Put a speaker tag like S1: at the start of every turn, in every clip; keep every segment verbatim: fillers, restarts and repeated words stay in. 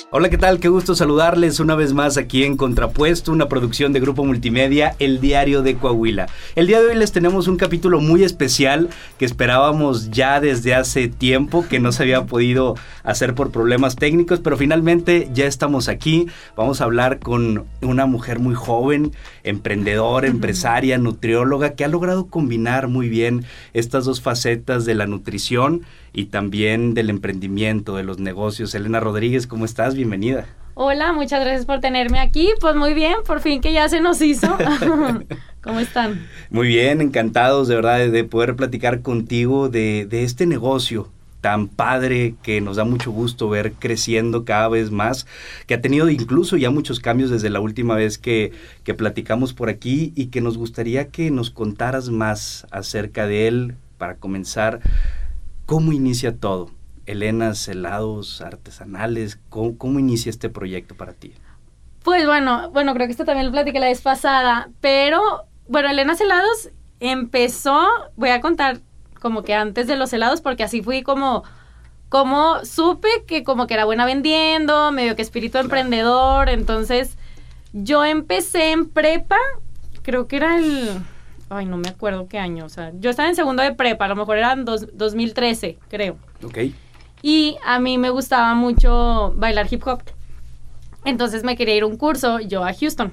S1: Hola, ¿qué tal? Qué gusto saludarles una vez más aquí en Contrapuesto, una producción de Grupo Multimedia, El Diario de Coahuila. El día de hoy les tenemos un capítulo muy especial que esperábamos ya desde hace tiempo, que no se había podido hacer por problemas técnicos, pero finalmente ya estamos aquí. Vamos a hablar con una mujer muy joven, emprendedora, empresaria, nutrióloga, que ha logrado combinar muy bien estas dos facetas de la nutrición y también del emprendimiento, de los negocios. Elena Rodríguez, ¿cómo estás? Bienvenida.
S2: Hola, muchas gracias por tenerme aquí. Pues muy bien, por fin que ya se nos hizo. ¿Cómo están?
S1: Muy bien, encantados de verdad de, de poder platicar contigo de, de este negocio tan padre que nos da mucho gusto ver creciendo cada vez más, que ha tenido incluso ya muchos cambios desde la última vez que, que platicamos por aquí, y que nos gustaría que nos contaras más acerca de él. Para comenzar, ¿cómo inicia todo? Elena's Helados Artesanales, ¿cómo, cómo inicia este proyecto para ti?
S2: Pues bueno, bueno, creo que esto también lo platiqué la vez pasada, pero bueno, Elena's Helados empezó, voy a contar como que antes de los helados, porque así fui como, como supe que como que era buena vendiendo, medio que espíritu claro. emprendedor. Entonces yo empecé en prepa, creo que era el, ay, no me acuerdo qué año, o sea, yo estaba en segundo de prepa, a lo mejor eran dos, dos mil trece, creo.
S1: Ok.
S2: Y a mí me gustaba mucho bailar hip hop. Entonces me quería ir a un curso, yo a Houston.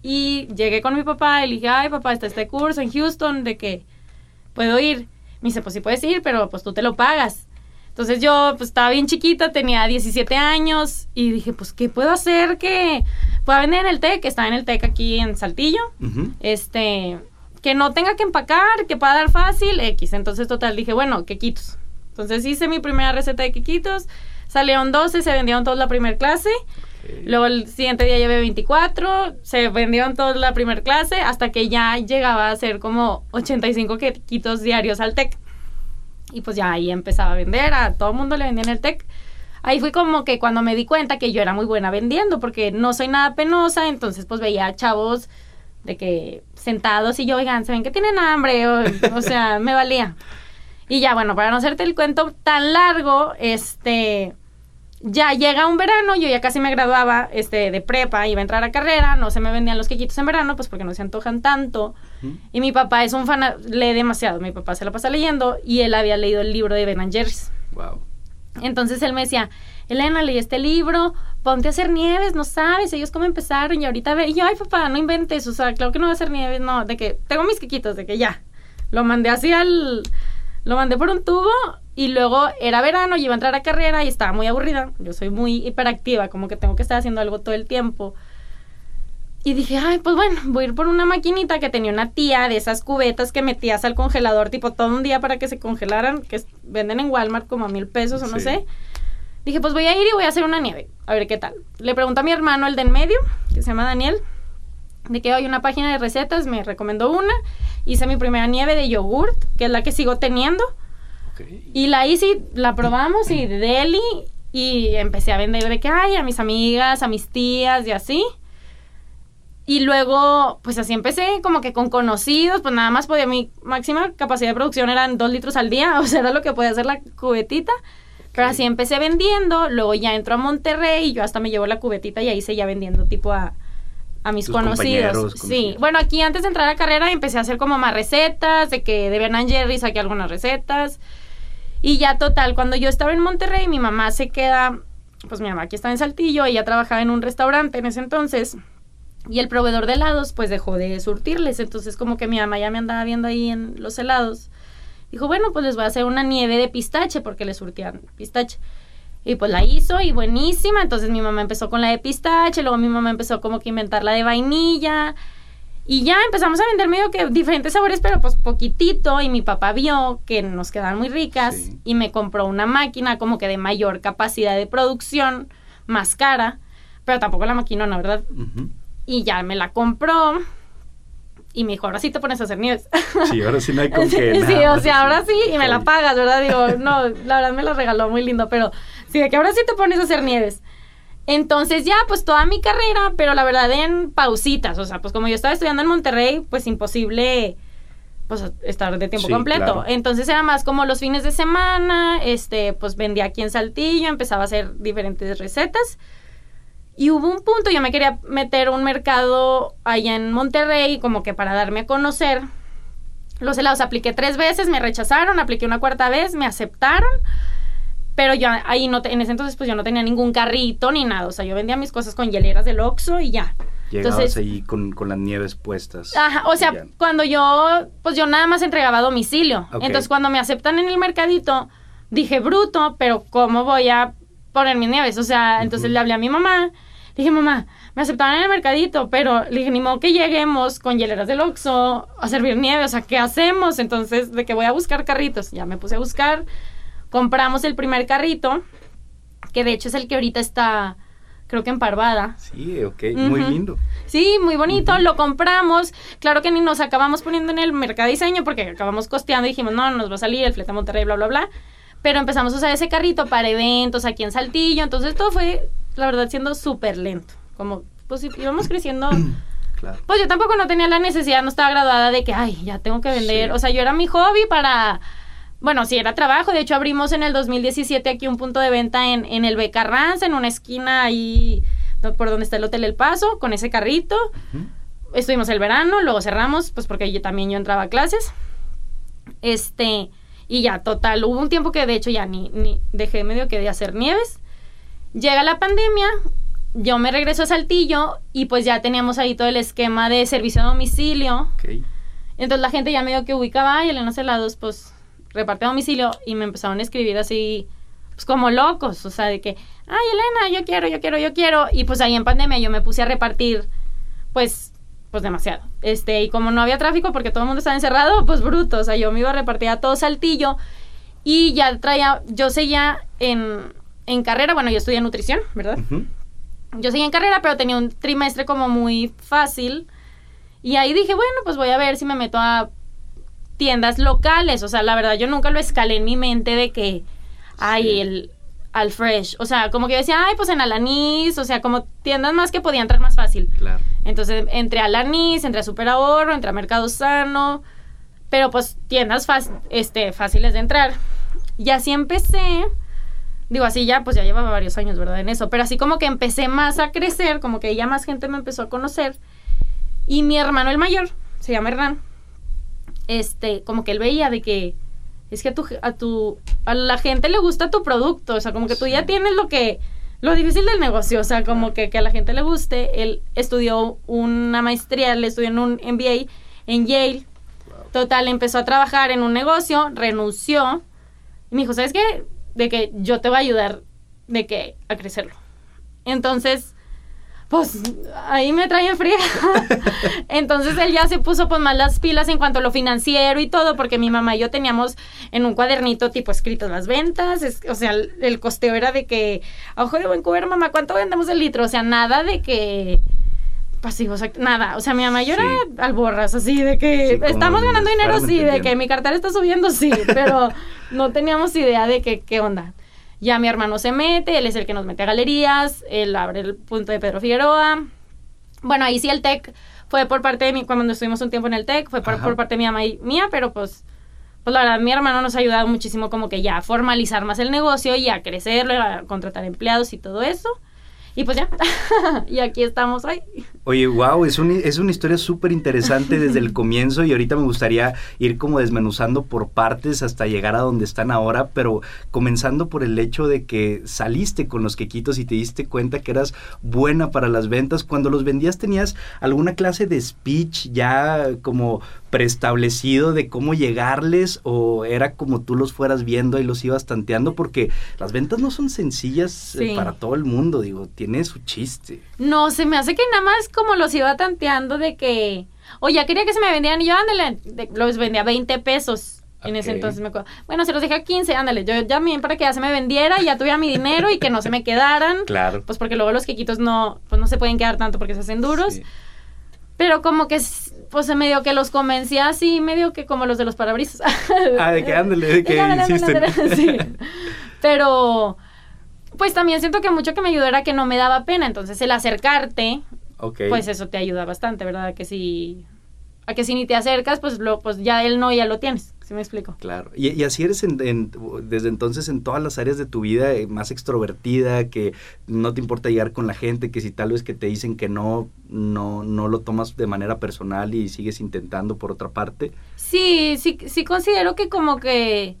S2: Y llegué con mi papá y le dije, ay papá, está este curso en Houston, ¿de qué puedo ir? Me dice, pues sí puedes ir, pero pues tú te lo pagas. Entonces yo pues estaba bien chiquita, tenía diecisiete años, y dije, pues ¿qué puedo hacer que pueda vender en el TEC? Estaba en el TEC aquí en Saltillo. Uh-huh. Este, que no tenga que empacar, que pueda dar fácil, X. Entonces total, dije, bueno, quequitos. Entonces hice mi primera receta de quequitos, salieron doce, se vendieron todos la primera clase. Okay. Luego el siguiente día llevé veinticuatro, se vendieron todos la primera clase, hasta que ya llegaba a ser como ochenta y cinco quequitos diarios al TEC. Y pues ya ahí empezaba a vender, a todo el mundo le vendía en el TEC. Ahí fui como que cuando me di cuenta que yo era muy buena vendiendo, porque no soy nada penosa. Entonces pues veía a chavos de que sentados y yo, oigan, ¿se ven que tienen hambre? O, o sea, me valía. Y ya, bueno, para no hacerte el cuento tan largo, este, ya llega un verano, yo ya casi me graduaba este, de prepa, iba a entrar a carrera, no se me vendían los quequitos en verano, pues porque no se antojan tanto. Uh-huh. Y mi papá es un fan, lee demasiado, mi papá se la pasa leyendo, y él había leído el libro de Ben and Jerry's.
S1: Wow.
S2: Entonces él me decía, Elena, leí este libro, ponte a hacer nieves, no sabes, ellos cómo empezaron, y ahorita ve, y yo, ay papá, no inventes, o sea, claro que no voy a hacer nieves, no, de que tengo mis quequitos, de que ya, lo mandé así al... Lo mandé por un tubo, y luego era verano, yo iba a entrar a carrera y estaba muy aburrida. Yo soy muy hiperactiva, como que tengo que estar haciendo algo todo el tiempo. Y dije, ay, pues bueno, voy a ir por una maquinita que tenía una tía de esas cubetas que metías al congelador, tipo todo un día para que se congelaran, que venden en Walmart como a mil pesos o no sí. sé. Dije, pues voy a ir y voy a hacer una nieve, a ver qué tal. Le pregunto a mi hermano, el de en medio, que se llama Daniel, de que hay una página de recetas, me recomendó una. Hice mi primera nieve de yogurt, que es la que sigo teniendo. Okay. Y la hice, la probamos y de deli, y empecé a vender de que ay, a mis amigas, a mis tías y así. Y luego, pues así empecé, como que con conocidos, pues nada más podía, mi máxima capacidad de producción eran dos litros al día, o sea, era lo que podía hacer la cubetita. Okay. Pero así empecé vendiendo, luego ya entro a Monterrey y yo hasta me llevo la cubetita y ahí seguía vendiendo tipo a... a mis conocidos, sí. Bueno, aquí antes de entrar a la carrera empecé a hacer como más recetas, de que de Ben and Jerry's saqué algunas recetas. Y ya total, cuando yo estaba en Monterrey, mi mamá se queda, pues mi mamá aquí estaba en Saltillo, ella trabajaba en un restaurante en ese entonces, y el proveedor de helados pues dejó de surtirles. Entonces como que mi mamá ya me andaba viendo ahí en los helados. Dijo, bueno, pues les voy a hacer una nieve de pistache, porque les surtían pistache. Y pues la hizo y buenísima. Entonces mi mamá empezó con la de pistache, luego mi mamá empezó como que a inventar la de vainilla, y ya empezamos a vender medio que diferentes sabores, pero pues poquitito. Y mi papá vio que nos quedaban muy ricas, sí. y me compró una máquina como que de mayor capacidad de producción, más cara, pero tampoco la maquinona, ¿verdad? Uh-huh. Y ya me la compró y me dijo, ahora sí te pones a hacer nieves.
S1: Sí, ahora sí no hay con qué.
S2: Sí, sí, o sea, ahora sí, y me la pagas, ¿verdad? Digo, no, la verdad me la regaló muy lindo, pero sí, de que ahora sí te pones a hacer nieves. Entonces ya, pues toda mi carrera, pero la verdad en pausitas, o sea, pues como yo estaba estudiando en Monterrey, pues imposible, pues estar de tiempo sí, completo. Claro. Entonces era más como los fines de semana, este, pues vendía aquí en Saltillo, empezaba a hacer diferentes recetas. Y hubo un punto, yo me quería meter a un mercado allá en Monterrey, como que para darme a conocer los helados. Apliqué tres veces, me rechazaron, apliqué una cuarta vez, me aceptaron, pero yo ahí no, te, en ese entonces pues yo no tenía ningún carrito ni nada, o sea, yo vendía mis cosas con hieleras del Oxxo y ya.
S1: Llegabas
S2: Entonces,
S1: ahí con, con las nieves puestas.
S2: Ajá, o sea, cuando yo, pues yo nada más entregaba a domicilio. Okay. Entonces, cuando me aceptan en el mercadito, dije, bruto, pero ¿cómo voy a poner mis nieves? O sea, uh-huh. entonces le hablé a mi mamá, dije, mamá, me aceptaron en el mercadito, pero le dije, ni modo que lleguemos con hieleras del Oxxo a servir nieve, o sea, ¿qué hacemos? Entonces, de que voy a buscar carritos, ya me puse a buscar, compramos el primer carrito, que de hecho es el que ahorita está... creo que en Parvada.
S1: Sí, ok, uh-huh. muy lindo.
S2: Sí, muy bonito, uh-huh. lo compramos. Claro que ni nos acabamos poniendo en el mercadiseño porque acabamos costeando y dijimos, no, nos va a salir el flete a Monterrey, bla, bla, bla. Pero empezamos a usar ese carrito para eventos aquí en Saltillo. Entonces todo fue, la verdad, siendo súper lento. Como, pues íbamos creciendo. Claro. Pues yo tampoco no tenía la necesidad, no estaba graduada de que, ay, ya tengo que vender. Sí. O sea, yo era mi hobby para... Bueno, sí, era trabajo. De hecho, abrimos en el dos mil diecisiete aquí un punto de venta en, en el B. Carranza, en una esquina ahí por donde está el Hotel El Paso, con ese carrito. Uh-huh. Estuvimos el verano, luego cerramos, pues porque yo, también yo entraba a clases. Este, y ya, total, hubo un tiempo que de hecho ya ni, ni dejé medio que de hacer nieves. Llega la pandemia, yo me regreso a Saltillo y pues ya teníamos ahí todo el esquema de servicio a domicilio. Okay. Entonces la gente ya medio que ubicaba, ay, Elena Helados, pues... reparte a domicilio y me empezaron a escribir así pues como locos, o sea, de que ay, Elena, yo quiero, yo quiero, yo quiero, y pues ahí en pandemia yo me puse a repartir pues, pues demasiado, este, y como no había tráfico porque todo el mundo estaba encerrado, pues bruto, o sea, yo me iba a repartir a todo Saltillo y ya traía, yo seguía en, en carrera, bueno, yo estudié nutrición, ¿verdad? Uh-huh. Yo seguía en carrera, pero tenía un trimestre como muy fácil y ahí dije, bueno, pues voy a ver si me meto a tiendas locales, o sea, la verdad yo nunca lo escalé en mi mente de que, ay, sí. el al Fresh, o sea, como que yo decía, ay, pues en Alanís, o sea, como tiendas más que podía entrar más fácil. Claro. Entonces, entré a Alanís, entré a Super Ahorro, entré a Mercado Sano, pero pues tiendas fácil, este, fáciles de entrar. Y así empecé, digo, así ya, pues ya llevaba varios años, ¿verdad? En eso, pero así como que empecé más a crecer, como que ya más gente me empezó a conocer, y mi hermano el mayor, se llama Hernán, este, como que él veía de que es que a tu, a tu, a la gente le gusta tu producto, o sea, como que tú sí. ya tienes lo que, lo difícil del negocio, o sea, como que, que a la gente le guste. Él estudió una maestría, le estudió en un M B A en Yale, wow. Total, empezó a trabajar en un negocio, renunció, y me dijo, ¿sabes qué? De que yo te voy a ayudar, de que, a crecerlo. Entonces... pues ahí me traen fría. Entonces él ya se puso pues más las pilas en cuanto a lo financiero y todo, porque mi mamá y yo teníamos en un cuadernito tipo escritas las ventas, es, o sea, el, el costeo era de que, a ojo de buen cubero, mamá, ¿cuánto vendemos el litro? O sea, nada de que, pues sí, o sea, nada, o sea, mi mamá y yo sí. era alborras, así, de que sí, estamos ganando dinero, sí, de que mi cartera está subiendo, sí, pero no teníamos idea de que, qué onda. Ya mi hermano se mete, él es el que nos mete a galerías, él abre el punto de Pedro Figueroa. Bueno, ahí sí el TEC fue por parte de mí, cuando estuvimos un tiempo en el TEC, fue por, por parte de mi mamá y mía, pero pues, pues la verdad, mi hermano nos ha ayudado muchísimo como que ya a formalizar más el negocio y a crecerlo, a contratar empleados y todo eso. Y pues ya, y aquí estamos hoy.
S1: Oye, wow, es, un, es una historia súper interesante desde el comienzo y ahorita me gustaría ir como desmenuzando por partes hasta llegar a donde están ahora, pero comenzando por el hecho de que saliste con los quequitos y te diste cuenta que eras buena para las ventas. Cuando los vendías, ¿tenías alguna clase de speech ya como preestablecido de cómo llegarles o era como tú los fueras viendo y los ibas tanteando? Porque las ventas no son sencillas sí. eh, para todo el mundo, digo, tiene su chiste.
S2: No, se me hace que nada más como los iba tanteando de que, o ya quería que se me vendieran y yo, ándale, de, los vendía veinte pesos okay. en ese entonces, me acuerdo. Bueno, se los dejé a quince, ándale, yo ya bien para que ya se me vendiera y ya tuviera mi dinero y que no se me quedaran. Claro. Pues porque luego los quequitos no, pues no se pueden quedar tanto porque se hacen duros. Sí. Pero como que, pues medio que los convencía así, medio que como los de los parabrisas.
S1: Ah, de que ándale, de que insisten.
S2: Sí. Pero, pues también siento que mucho que me ayudó era que no me daba pena. Entonces el acercarte, okay. pues eso te ayuda bastante, ¿verdad? Que si, a que si ni te acercas, pues, lo, pues ya el no ya lo tienes. ¿Sí me explico?
S1: Claro. Y, y así eres en, en, desde entonces en todas las áreas de tu vida, eh, más extrovertida, que no te importa llegar con la gente, que si tal vez que te dicen que no, no, no lo tomas de manera personal y sigues intentando por otra parte.
S2: Sí, sí, sí considero que como que...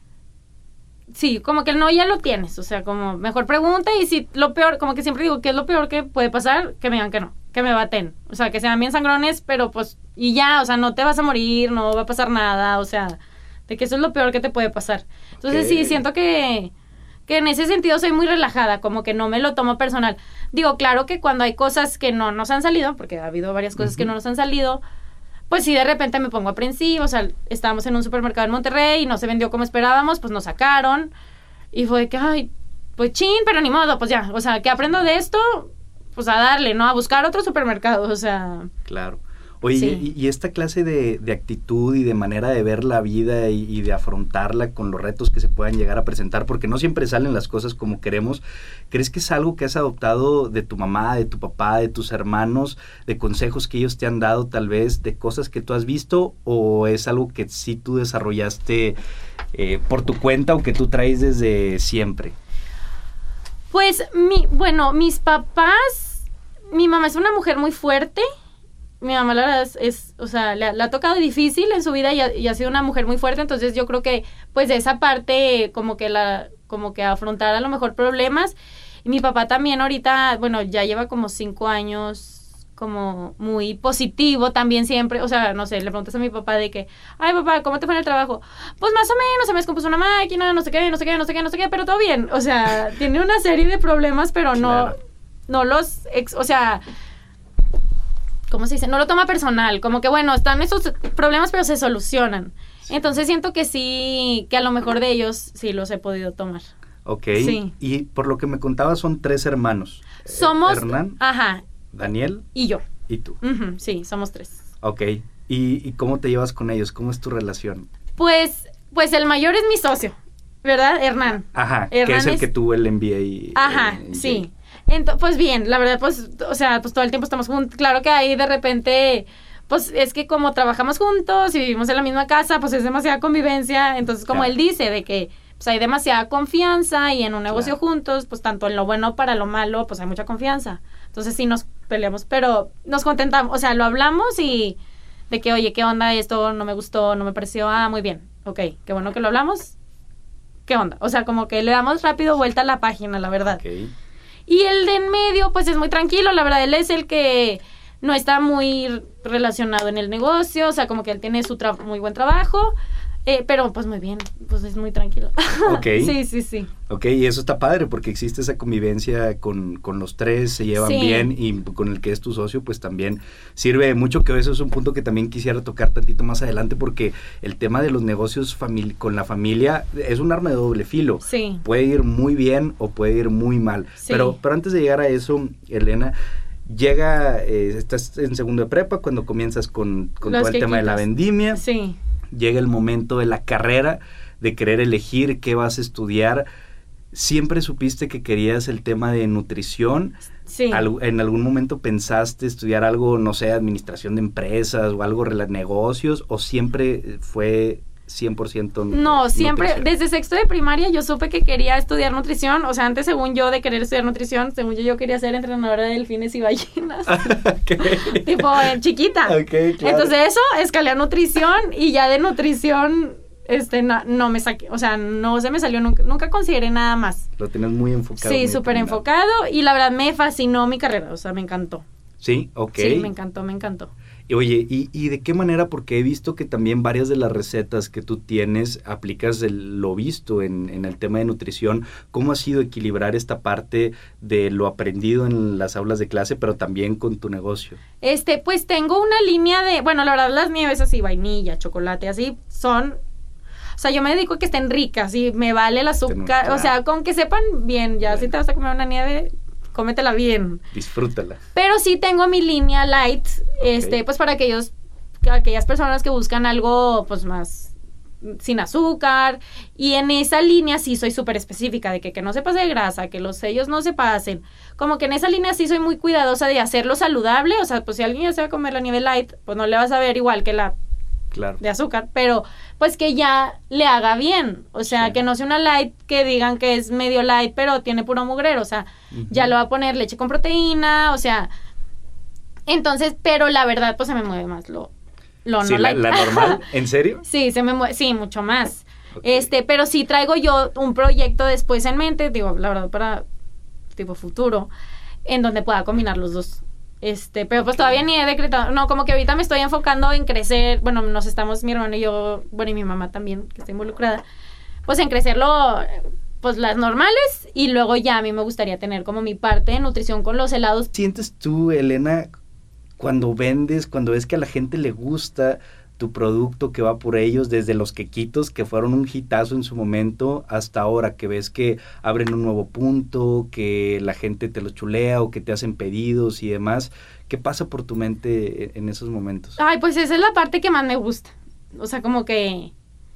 S2: Sí, como que el no ya lo tienes, o sea, como mejor pregunta y si lo peor, como que siempre digo, ¿qué es lo peor que puede pasar? Que me digan que no, que me baten, o sea, que sean bien sangrones, pero pues, y ya, o sea, no te vas a morir, no va a pasar nada, o sea, de que eso es lo peor que te puede pasar. Entonces okay. sí, siento que, que en ese sentido soy muy relajada, como que no me lo tomo personal. Digo, claro que cuando hay cosas que no nos han salido, porque ha habido varias cosas uh-huh. que no nos han salido, pues sí, de repente me pongo aprensiva, o sea, estábamos en un supermercado en Monterrey y no se vendió como esperábamos, pues nos sacaron y fue que, ay, pues chin, pero ni modo, pues ya, o sea, que aprendo de esto, pues a darle, ¿no? A buscar otro supermercado, o sea.
S1: Claro. Oye, sí. y, y esta clase de, de actitud y de manera de ver la vida y, y de afrontarla con los retos que se puedan llegar a presentar, porque no siempre salen las cosas como queremos, ¿crees que es algo que has adoptado de tu mamá, de tu papá, de tus hermanos, de consejos que ellos te han dado tal vez, de cosas que tú has visto, o es algo que sí tú desarrollaste eh, por tu cuenta o que tú traes desde siempre?
S2: Pues, mi, bueno, mis papás, mi mamá es una mujer muy fuerte. Mi mamá, la verdad, es, es o sea, le, le ha tocado difícil en su vida y ha, y ha sido una mujer muy fuerte, entonces yo creo que, pues, de esa parte, como que la, como que afrontar a lo mejor problemas. Y mi papá también ahorita, bueno, ya lleva como cinco años como muy positivo también siempre, o sea, no sé, le preguntas a mi papá de que, ay, papá, ¿cómo te fue en el trabajo? Pues más o menos, se me descompuso una máquina, no sé qué, no sé qué, no sé qué, no sé qué, pero todo bien, o sea, tiene una serie de problemas, pero no, claro. no los, ex, o sea... ¿Cómo se dice? No lo toma personal, como que bueno, están esos problemas pero se solucionan. Sí. Entonces siento que sí, que a lo mejor de ellos sí los he podido tomar.
S1: Ok, sí. Y por lo que me contabas son tres hermanos.
S2: Somos,
S1: Hernán,
S2: ajá,
S1: Daniel
S2: y yo.
S1: Y tú.
S2: Uh-huh, sí, somos tres.
S1: Ok, ¿Y, ¿y cómo te llevas con ellos? ¿Cómo es tu relación?
S2: Pues, pues el mayor es mi socio, ¿verdad? Hernán.
S1: Ajá,
S2: Hernán
S1: que es el
S2: es...
S1: que tuvo el M B A. Y,
S2: ajá,
S1: el
S2: sí. Entonces, pues bien, la verdad, pues, o sea, pues todo el tiempo estamos juntos. Claro que ahí de repente, pues es que como trabajamos juntos y vivimos en la misma casa, pues es demasiada convivencia. Entonces, como claro. él dice, de que pues hay demasiada confianza y en un negocio claro. juntos, pues tanto en lo bueno para lo malo, pues hay mucha confianza. Entonces sí nos peleamos, pero nos contentamos, o sea, lo hablamos y de que, oye, ¿qué onda? Esto no me gustó, no me pareció, ah, muy bien, ok, qué bueno que lo hablamos. ¿Qué onda? O sea, como que le damos rápido vuelta a la página, la verdad.
S1: Okay.
S2: Y el de en medio, pues es muy tranquilo, la verdad, él es el que no está muy relacionado en el negocio, o sea, como que él tiene su tra- muy buen trabajo, eh, pero pues muy bien, pues es muy tranquilo.
S1: Ok.
S2: Sí, sí, sí.
S1: Ok, y eso está padre porque existe esa convivencia con, con los tres, se llevan sí. bien y con el que es tu socio, pues también sirve mucho, que eso es un punto que también quisiera tocar tantito más adelante porque el tema de los negocios famili- con la familia es un arma de doble filo.
S2: Sí.
S1: Puede ir muy bien o puede ir muy mal.
S2: Sí.
S1: Pero, pero antes de llegar a eso, Elena, llega, eh, estás en segundo de prepa cuando comienzas con, con todo el
S2: quequitos.
S1: tema de la vendimia.
S2: Sí.
S1: Llega el momento de la carrera, de querer elegir qué vas a estudiar. ¿Siempre supiste que querías el tema de nutrición?
S2: Sí.
S1: ¿Al, ¿En algún momento pensaste estudiar algo, no sé, administración de empresas o algo de negocios? ¿O siempre fue cien por ciento
S2: No, siempre,
S1: nutrición?
S2: Desde sexto de primaria yo supe que quería estudiar nutrición. O sea, antes según yo de querer estudiar nutrición, según yo yo quería ser entrenadora de delfines y ballenas.
S1: Okay.
S2: Tipo, eh, chiquita.
S1: Okay, claro.
S2: Entonces eso, escalé a nutrición y ya de nutrición... Este, no, no me saqué, o sea, no se me salió nunca, nunca consideré nada más.
S1: Lo tienes muy enfocado.
S2: Sí, súper enfocado y la verdad me fascinó mi carrera, o sea, me encantó.
S1: Sí, ok.
S2: Sí, me encantó, me encantó.
S1: Y, oye, ¿y, ¿y de qué manera? Porque he visto que también varias de las recetas que tú tienes aplicas el, lo visto en, en el tema de nutrición. ¿Cómo ha sido equilibrar esta parte de lo aprendido en las aulas de clase, pero también con tu negocio?
S2: Este, pues tengo una línea de, bueno, la verdad las nieves así, vainilla, chocolate, así, son... O sea, yo me dedico a que estén ricas y me vale el azúcar, o sea, con que sepan bien, ya bueno. Si te vas a comer una nieve, cómetela bien.
S1: Disfrútala.
S2: Pero sí tengo mi línea light, okay. este, pues para aquellos, aquellas personas que buscan algo, pues más sin azúcar, y en esa línea sí soy súper específica, de que, que no se pase de grasa, que los sellos no se pasen, como que en esa línea sí soy muy cuidadosa de hacerlo saludable, o sea, pues si alguien ya se va a comer la nieve light, pues no le vas a ver igual que la
S1: claro.
S2: de azúcar, pero pues que ya le haga bien, o sea, sí. que no sea una light que digan que es medio light, pero tiene puro mugrero, o sea, uh-huh. ya le va a poner leche con proteína, o sea, entonces, pero la verdad, pues se me mueve más lo, lo
S1: sí,
S2: no
S1: la,
S2: light.
S1: ¿La normal? ¿En serio?
S2: Sí, se me mueve, sí, mucho más. Okay. Este, pero sí traigo yo un proyecto después en mente, digo, la verdad, para tipo futuro, en donde pueda combinar los dos. Este, pero pues okay. todavía ni he decretado, no, como que ahorita me estoy enfocando en crecer, bueno, nos estamos, mi hermano y yo, bueno, y mi mamá también, que está involucrada, pues en crecerlo, pues las normales, y luego ya a mí me gustaría tener como mi parte de nutrición con los helados.
S1: ¿Sientes tú, Elena, cuando vendes, cuando ves que a la gente le gusta tu producto, que va por ellos, desde los quequitos que fueron un hitazo en su momento hasta ahora, que ves que abren un nuevo punto, que la gente te lo chulea o que te hacen pedidos y demás? ¿Qué pasa por tu mente en esos momentos?
S2: Ay, pues esa es la parte que más me gusta. O sea, como que,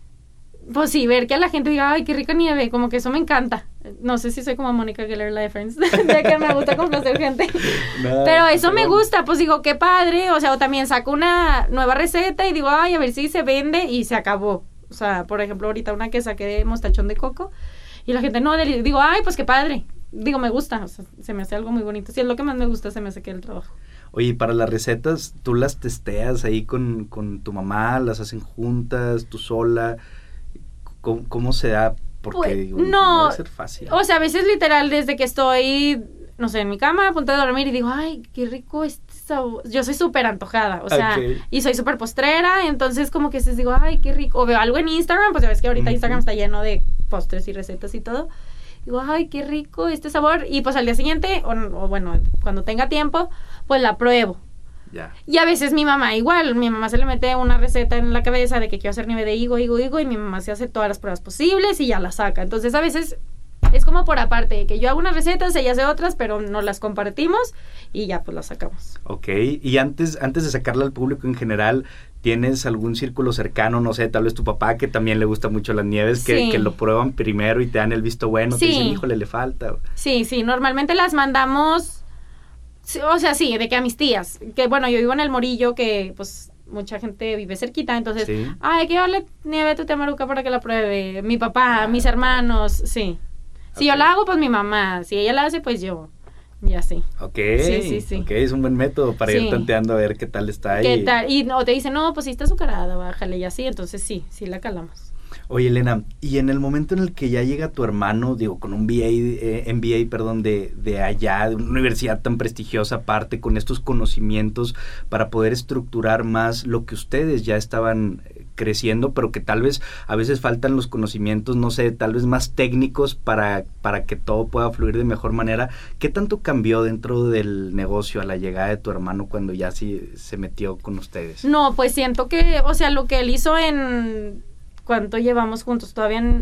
S2: pues sí, ver que a la gente diga, ay, qué rica nieve, como que eso me encanta. No sé si soy como Mónica Geller, la de Friends, de que me gusta complacer gente. No, pero eso me gusta, pues digo, qué padre. O sea, o también saco una nueva receta y digo, ay, a ver si se vende, y se acabó. O sea, por ejemplo, ahorita una que saqué de mostachón de coco, y la gente, no, digo, ay, pues qué padre. Digo, me gusta, o sea, se me hace algo muy bonito. Si es lo que más me gusta, se me hace que el trabajo.
S1: Oye, para las recetas, ¿tú las testeas ahí con, con tu mamá? ¿Las hacen juntas, tú sola? ¿Cómo, cómo se da? Porque
S2: pues,
S1: digo,
S2: no,
S1: no va a ser fácil.
S2: O sea, a veces literal desde que estoy, no sé, en mi cama a punto de dormir y digo, ay, qué rico este sabor. Yo soy súper antojada, o sea, okay. y soy súper postrera, entonces como que les digo, ay, qué rico. O veo algo en Instagram, pues ya ves que ahorita uh-huh. Instagram está lleno de postres y recetas y todo. Digo, ay, qué rico este sabor. Y pues al día siguiente, o, o bueno, cuando tenga tiempo, pues la pruebo.
S1: Yeah.
S2: Y a veces mi mamá igual, mi mamá se le mete una receta en la cabeza de que quiero hacer nieve de higo, higo, higo, y mi mamá se hace todas las pruebas posibles y ya la saca. Entonces a veces es como por aparte, que yo hago unas recetas, ella hace otras, pero no las compartimos y ya pues las sacamos.
S1: Ok, y antes, antes de sacarla al público en general, ¿tienes algún círculo cercano? No sé, tal vez tu papá, que también le gusta mucho las nieves, que,
S2: sí.
S1: que lo prueban primero y te dan el visto bueno,
S2: sí.
S1: te dicen, híjole, le falta.
S2: Sí, sí, normalmente las mandamos... O sea, sí, de que a mis tías, que bueno, yo vivo en El Morillo, que pues mucha gente vive cerquita, entonces, sí. ay, hay que darle nieve a tu tía Maruca para que la pruebe, mi papá, mis hermanos, sí. Si okay. yo la hago, pues mi mamá, si ella la hace, pues yo, y así.
S1: Ok,
S2: sí, sí, sí.
S1: Ok, es un buen método para sí. ir tanteando a ver qué tal está ahí.
S2: ¿Qué tal? Y no, te dicen, no, pues sí está azucarada, bájale, y así, entonces sí, sí la calamos.
S1: Oye, Elena, y en el momento en el que ya llega tu hermano, digo, con un B A, eh, M B A, perdón, de, de allá, de una universidad tan prestigiosa aparte, con estos conocimientos para poder estructurar más lo que ustedes ya estaban creciendo, pero que tal vez a veces faltan los conocimientos, no sé, tal vez más técnicos para, para que todo pueda fluir de mejor manera. ¿Qué tanto cambió dentro del negocio a la llegada de tu hermano cuando ya sí se metió con ustedes?
S2: No, pues siento que, o sea, lo que él hizo en... ¿Cuánto llevamos juntos? Todavía, en,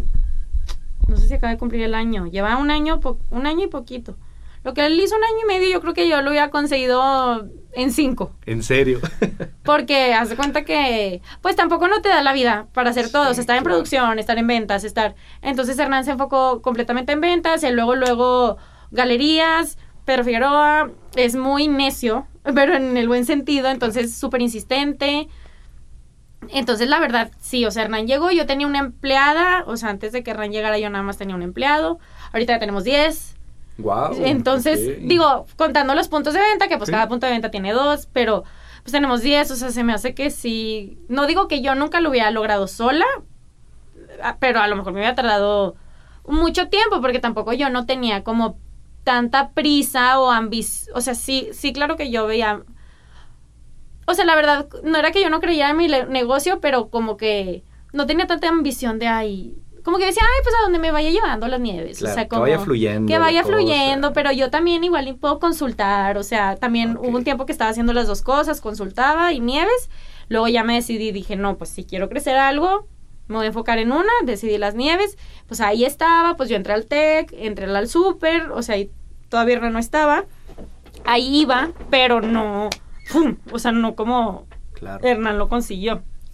S2: no sé si acaba de cumplir el año. Lleva un año, po, un año y poquito. Lo que él hizo un año y medio, yo creo que yo lo hubiera conseguido en cinco.
S1: ¿En serio?
S2: Porque haz de cuenta que, pues tampoco no te da la vida para hacer todo. Sí, o sea, estar en claro. producción, estar en ventas, estar... Entonces Hernán se enfocó completamente en ventas, y luego, luego galerías. Pedro Figueroa es muy necio, pero en el buen sentido, entonces súper insistente. Entonces, la verdad, sí, o sea, Hernán llegó, yo tenía una empleada, o sea, antes de que Hernán llegara yo nada más tenía un empleado, ahorita ya tenemos diez.
S1: Wow.
S2: Entonces,
S1: okay.
S2: digo, contando los puntos de venta, que pues
S1: sí.
S2: cada punto de venta tiene dos, pero pues tenemos diez, o sea, se me hace que sí, no digo que yo nunca lo hubiera logrado sola, pero a lo mejor me hubiera tardado mucho tiempo, porque tampoco yo no tenía como tanta prisa o ambición, o sea, sí, sí, claro que yo veía... O sea, la verdad, no era que yo no creyera en mi le- negocio, pero como que no tenía tanta ambición de ahí. Como que decía, ay, pues a donde me vaya llevando las nieves.
S1: Claro,
S2: o sea, como
S1: que vaya fluyendo.
S2: Que vaya
S1: cosa.
S2: fluyendo, pero yo también igual puedo consultar. O sea, también okay. hubo un tiempo que estaba haciendo las dos cosas, consultaba y nieves. Luego ya me decidí, dije, no, pues si quiero crecer algo, me voy a enfocar en una, decidí las nieves. Pues ahí estaba, pues yo entré al TEC, entré al súper, o sea, ahí todavía no estaba. Ahí iba, pero no... ¡Pum! O sea, no como claro. Hernán lo consiguió.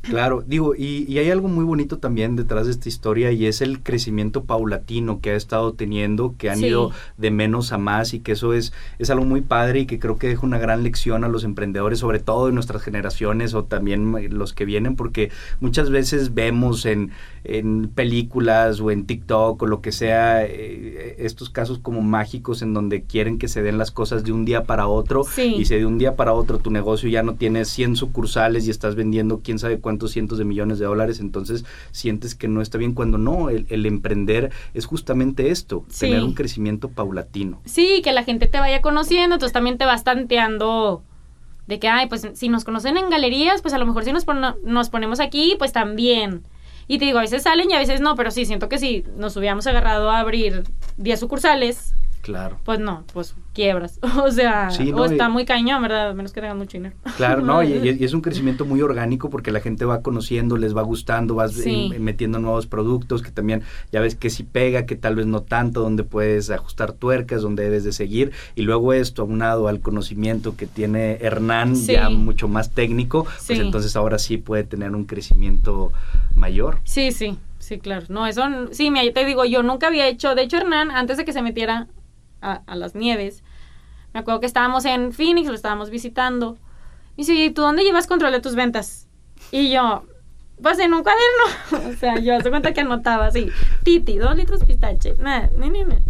S1: Claro, digo, y, y hay algo muy bonito también detrás de esta historia y es el crecimiento paulatino que ha estado teniendo, que han sí. ido de menos a más y que eso es, es algo muy padre y que creo que deja una gran lección a los emprendedores, sobre todo en nuestras generaciones o también los que vienen, porque muchas veces vemos en, en películas o en TikTok o lo que sea, eh, estos casos como mágicos en donde quieren que se den las cosas de un día para otro
S2: sí.
S1: y si de un día para otro tu negocio ya no tiene cien sucursales y estás vendiendo quién sabe cuánto cientos de millones de dólares, entonces sientes que no está bien, cuando no, el, el emprender es justamente esto,
S2: sí.
S1: tener un crecimiento paulatino.
S2: Sí, que la gente te vaya conociendo, entonces también te vas tanteando de que, ay, pues si nos conocen en galerías, pues a lo mejor si nos, pon nos ponemos aquí, pues también. Y te digo, a veces salen y a veces no, pero sí, siento que si nos hubiéramos agarrado a abrir diez sucursales,
S1: claro.
S2: pues no, pues quiebras. O sea, sí, no, o está y, muy cañón, ¿verdad? A menos que tengan mucho dinero.
S1: Claro, no, y, y es un crecimiento muy orgánico porque la gente va conociendo, les va gustando, vas
S2: sí.
S1: eh, metiendo nuevos productos que también ya ves que sí pega, que tal vez no tanto, donde puedes ajustar tuercas, donde debes de seguir. Y luego esto, aunado al conocimiento que tiene Hernán,
S2: sí.
S1: ya mucho más técnico,
S2: sí.
S1: pues entonces ahora sí puede tener un crecimiento mayor.
S2: Sí, sí, sí, claro. No, eso, sí, mira, yo te digo, yo nunca había hecho, de hecho Hernán, antes de que se metiera A, a las nieves, me acuerdo que estábamos en Phoenix, lo estábamos visitando, y dice, ¿y tú dónde llevas control de tus ventas? Y yo, pues en un cuaderno, o sea, yo hace cuenta que anotaba así, Titi, dos litros pistache, nada, ni, ni, ni.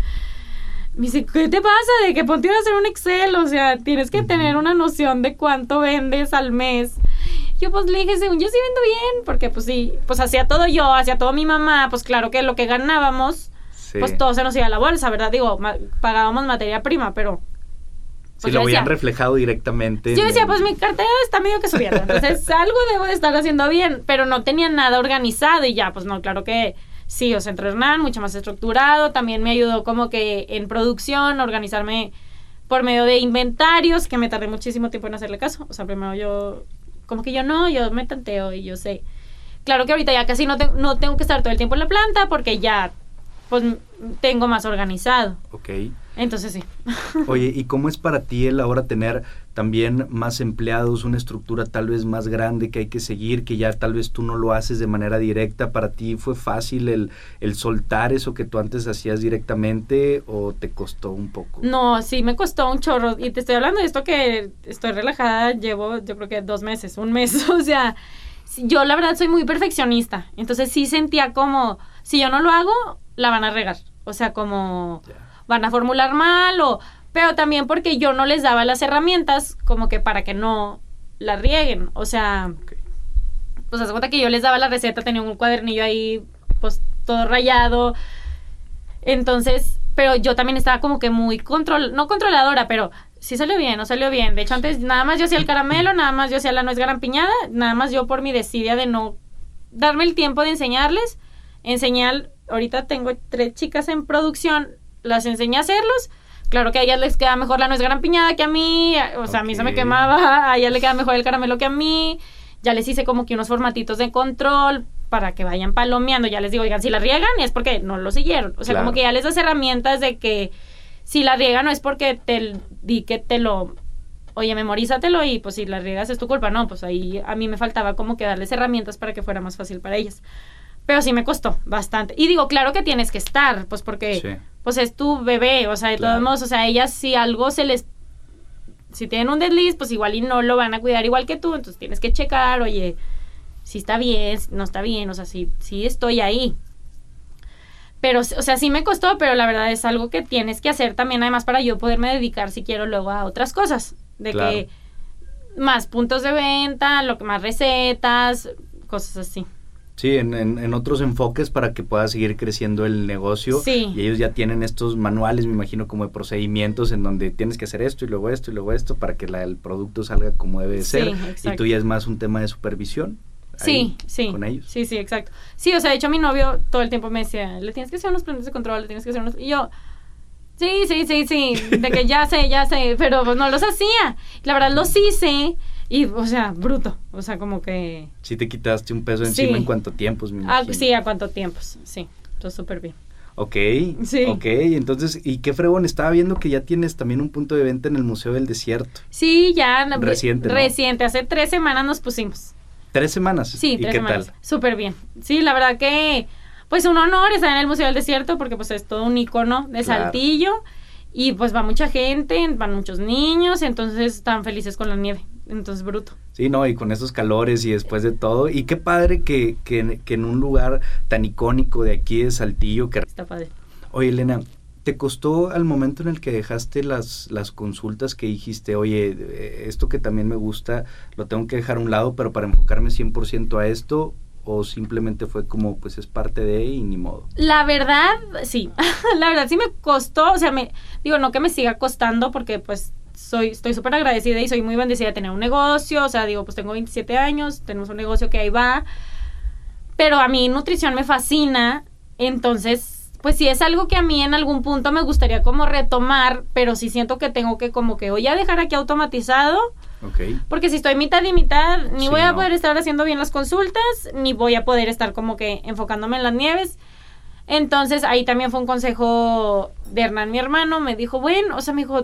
S2: Me dice, ¿qué te pasa? De que ponte a hacer un Excel, o sea, tienes que tener una noción de cuánto vendes al mes. Yo pues le dije, según yo sí vendo bien, porque pues sí, pues hacía todo yo, hacía todo mi mamá, pues claro que lo que ganábamos, sí. pues todo se nos iba a la bolsa, ¿verdad? Digo, ma pagábamos materia prima, pero...
S1: Pues si lo habían reflejado directamente.
S2: Yo decía, el... pues mi cartera está medio que subiendo, entonces algo debo de estar haciendo bien, pero no tenía nada organizado y ya, pues no, claro que sí, o sea, entre Hernán, mucho más estructurado, también me ayudó como que en producción, organizarme por medio de inventarios, que me tardé muchísimo tiempo en hacerle caso, o sea, primero yo, como que yo no, yo me tanteo y yo sé. Claro que ahorita ya casi no, te, no tengo que estar todo el tiempo en la planta porque ya, pues, tengo más organizado.
S1: Ok.
S2: Entonces sí.
S1: Oye, ¿y cómo es para ti el ahora tener también más empleados, una estructura tal vez más grande que hay que seguir, que ya tal vez tú no lo haces de manera directa? ¿Para ti fue fácil el, el soltar eso que tú antes hacías directamente o te costó un poco?
S2: No, sí, me costó un chorro. Y te estoy hablando de esto que estoy relajada, llevo yo creo que dos meses, un mes, o sea, yo la verdad soy muy perfeccionista. Entonces sí sentía como, si yo no lo hago, la van a regar. O sea, como... Yeah. Van a formular mal o... Pero también porque yo no les daba las herramientas como que para que no la rieguen. O sea, okay. Pues hace cuenta que yo les daba la receta, tenía un cuadernillo ahí, pues todo rayado. Entonces, pero yo también estaba como que muy control... No controladora, pero sí salió bien, no salió bien. De hecho, antes nada más yo hacía el caramelo, nada más yo hacía la nuez garampiñada, nada más yo por mi desidia de no darme el tiempo de enseñarles. Enseñar, ahorita tengo tres chicas en producción, las enseñé a hacerlos. Claro que a ellas les queda mejor la nuez garampiñada que a mí, o sea, okay. A mí se me quemaba, a ellas le queda mejor el caramelo que a mí. Ya les hice como que unos formatitos de control para que vayan palomeando. Ya les digo, oigan, si la riegan es porque no lo siguieron. O sea, claro. Como que ya les das herramientas de que si la riegan no es porque te di que te lo... Oye, memorízatelo y pues si la riegas es tu culpa. No, pues ahí a mí me faltaba como que darles herramientas para que fuera más fácil para ellas. Pero sí me costó bastante. Y digo, claro que tienes que estar, pues porque... Sí. Pues es tu bebé, o sea, de claro. Todos modos, o sea, ellas si algo se les... Si tienen un desliz, pues igual y no lo van a cuidar igual que tú, entonces tienes que checar, oye, si está bien, no está bien, o sea, si, si estoy ahí. Pero, o sea, sí me costó, pero la verdad es algo que tienes que hacer también, además, para yo poderme dedicar, si quiero, luego a otras cosas. De claro. Que más puntos de venta, lo que más recetas, cosas así.
S1: Sí, en, en, en otros enfoques para que pueda seguir creciendo el negocio.
S2: Sí.
S1: Y ellos ya tienen estos manuales, me imagino, como de procedimientos en donde tienes que hacer esto y luego esto y luego esto para que la, el producto salga como debe de ser.
S2: Sí, exacto.
S1: Y tú ya es más un tema de supervisión.
S2: Sí, sí.
S1: Con ellos.
S2: Sí, sí, exacto. Sí, o sea, de hecho mi novio todo el tiempo me decía, le tienes que hacer unos planes de control, le tienes que hacer unos... Y yo... Sí, sí, sí, sí, de que ya sé, ya sé, pero pues no los hacía. La verdad los hice y, o sea, bruto, o sea, como que...
S1: Sí te quitaste un peso encima. Sí. ¿En cuánto tiempos? Me
S2: ah, sí, a cuánto tiempos, sí, todo súper bien.
S1: Ok,
S2: sí.
S1: Ok, entonces, ¿y qué fregón? Estaba viendo que ya tienes también un punto de venta en el Museo del Desierto.
S2: Sí, ya.
S1: Reciente, ¿no?
S2: Reciente, hace tres semanas nos pusimos.
S1: ¿Tres semanas?
S2: Sí,
S1: ¿Y
S2: tres
S1: qué
S2: semanas.
S1: tal?
S2: Súper bien. Sí, la verdad que, pues un honor estar en el Museo del Desierto porque pues es todo un icono de
S1: Claro.
S2: Saltillo y pues va mucha gente, van muchos niños, entonces están felices con la nieve. Entonces, bruto.
S1: Sí, no, y con esos calores y después de todo. Y qué padre que, que, que en un lugar tan icónico de aquí de Saltillo que...
S2: Está padre.
S1: Oye, Elena, ¿te costó al momento en el que dejaste las, las consultas que dijiste, oye, esto que también me gusta, lo tengo que dejar a un lado, pero para enfocarme cien por ciento a esto, o simplemente fue como, pues es parte de y ni modo?
S2: La verdad, sí. La verdad sí me costó, o sea, me digo, no que me siga costando porque pues soy estoy súper agradecida y soy muy bendecida de tener un negocio, o sea, digo, pues tengo veintisiete años, tenemos un negocio que ahí va, pero a mí nutrición me fascina, entonces, pues sí es algo que a mí en algún punto me gustaría como retomar, pero sí siento que tengo que como que o ya dejar aquí automatizado,
S1: Okay.
S2: porque si estoy mitad y mitad, ni
S1: Sí,
S2: voy a
S1: no.
S2: poder estar haciendo bien las consultas, ni voy a poder estar como que enfocándome en las nieves. Entonces, ahí también fue un consejo de Hernán, mi hermano, me dijo, bueno, o sea, me dijo,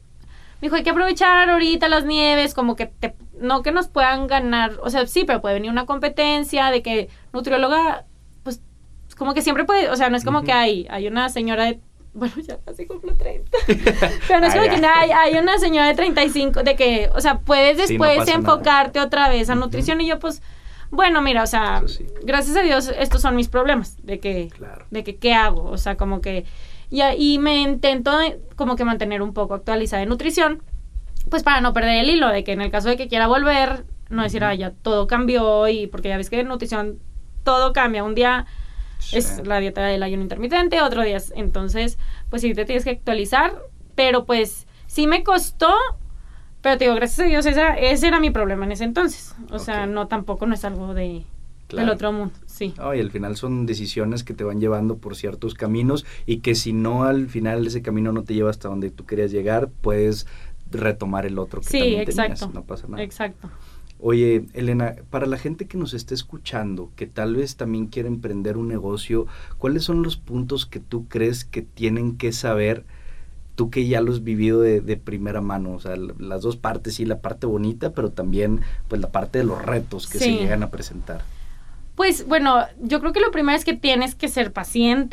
S2: me dijo, hay que aprovechar ahorita las nieves, como que te, no que nos puedan ganar, o sea, sí, pero puede venir una competencia de que nutrióloga, pues, como que siempre puede, o sea, no es como
S1: Uh-huh.
S2: que hay, hay una señora de, bueno, ya casi cumplo treinta, pero no es
S1: Ah,
S2: como
S1: ya.
S2: que hay, hay una señora de treinta y cinco, de que, o sea, puedes
S1: Sí, no
S2: después
S1: pasa
S2: enfocarte
S1: nada.
S2: otra vez a
S1: Uh-huh.
S2: nutrición, y yo, pues, bueno, mira, o sea,
S1: Eso sí.
S2: gracias a Dios, estos son mis problemas, de que,
S1: Claro.
S2: de que, ¿qué hago? O sea, como que, y, y me intento como que mantener un poco actualizada en nutrición, pues para no perder el hilo, de que en el caso de que quiera volver, no decir, ah, ya todo cambió, y porque ya ves que en nutrición todo cambia, un día
S1: Sí.
S2: es la dieta del ayuno intermitente, otro día es, entonces, pues sí te tienes que actualizar, pero pues sí me costó, pero te digo, gracias a Dios, esa, ese era mi problema en ese entonces, o
S1: Ok.
S2: sea, no, tampoco no es algo de...
S1: Claro.
S2: del otro mundo, sí.
S1: Oh, y al final son decisiones que te van llevando por ciertos caminos y que si no al final ese camino no te lleva hasta donde tú querías llegar, puedes retomar el otro que
S2: Sí,
S1: también
S2: exacto.
S1: tenías, no pasa nada.
S2: Exacto.
S1: Oye, Elena, para la gente que nos esté escuchando, que tal vez también quiere emprender un negocio, ¿cuáles son los puntos que tú crees que tienen que saber, tú que ya lo has vivido de, de primera mano? O sea, las dos partes, sí, la parte bonita, pero también pues la parte de los retos que
S2: Sí.
S1: se llegan a presentar.
S2: Pues bueno, yo creo que lo primero es que tienes que ser paciente,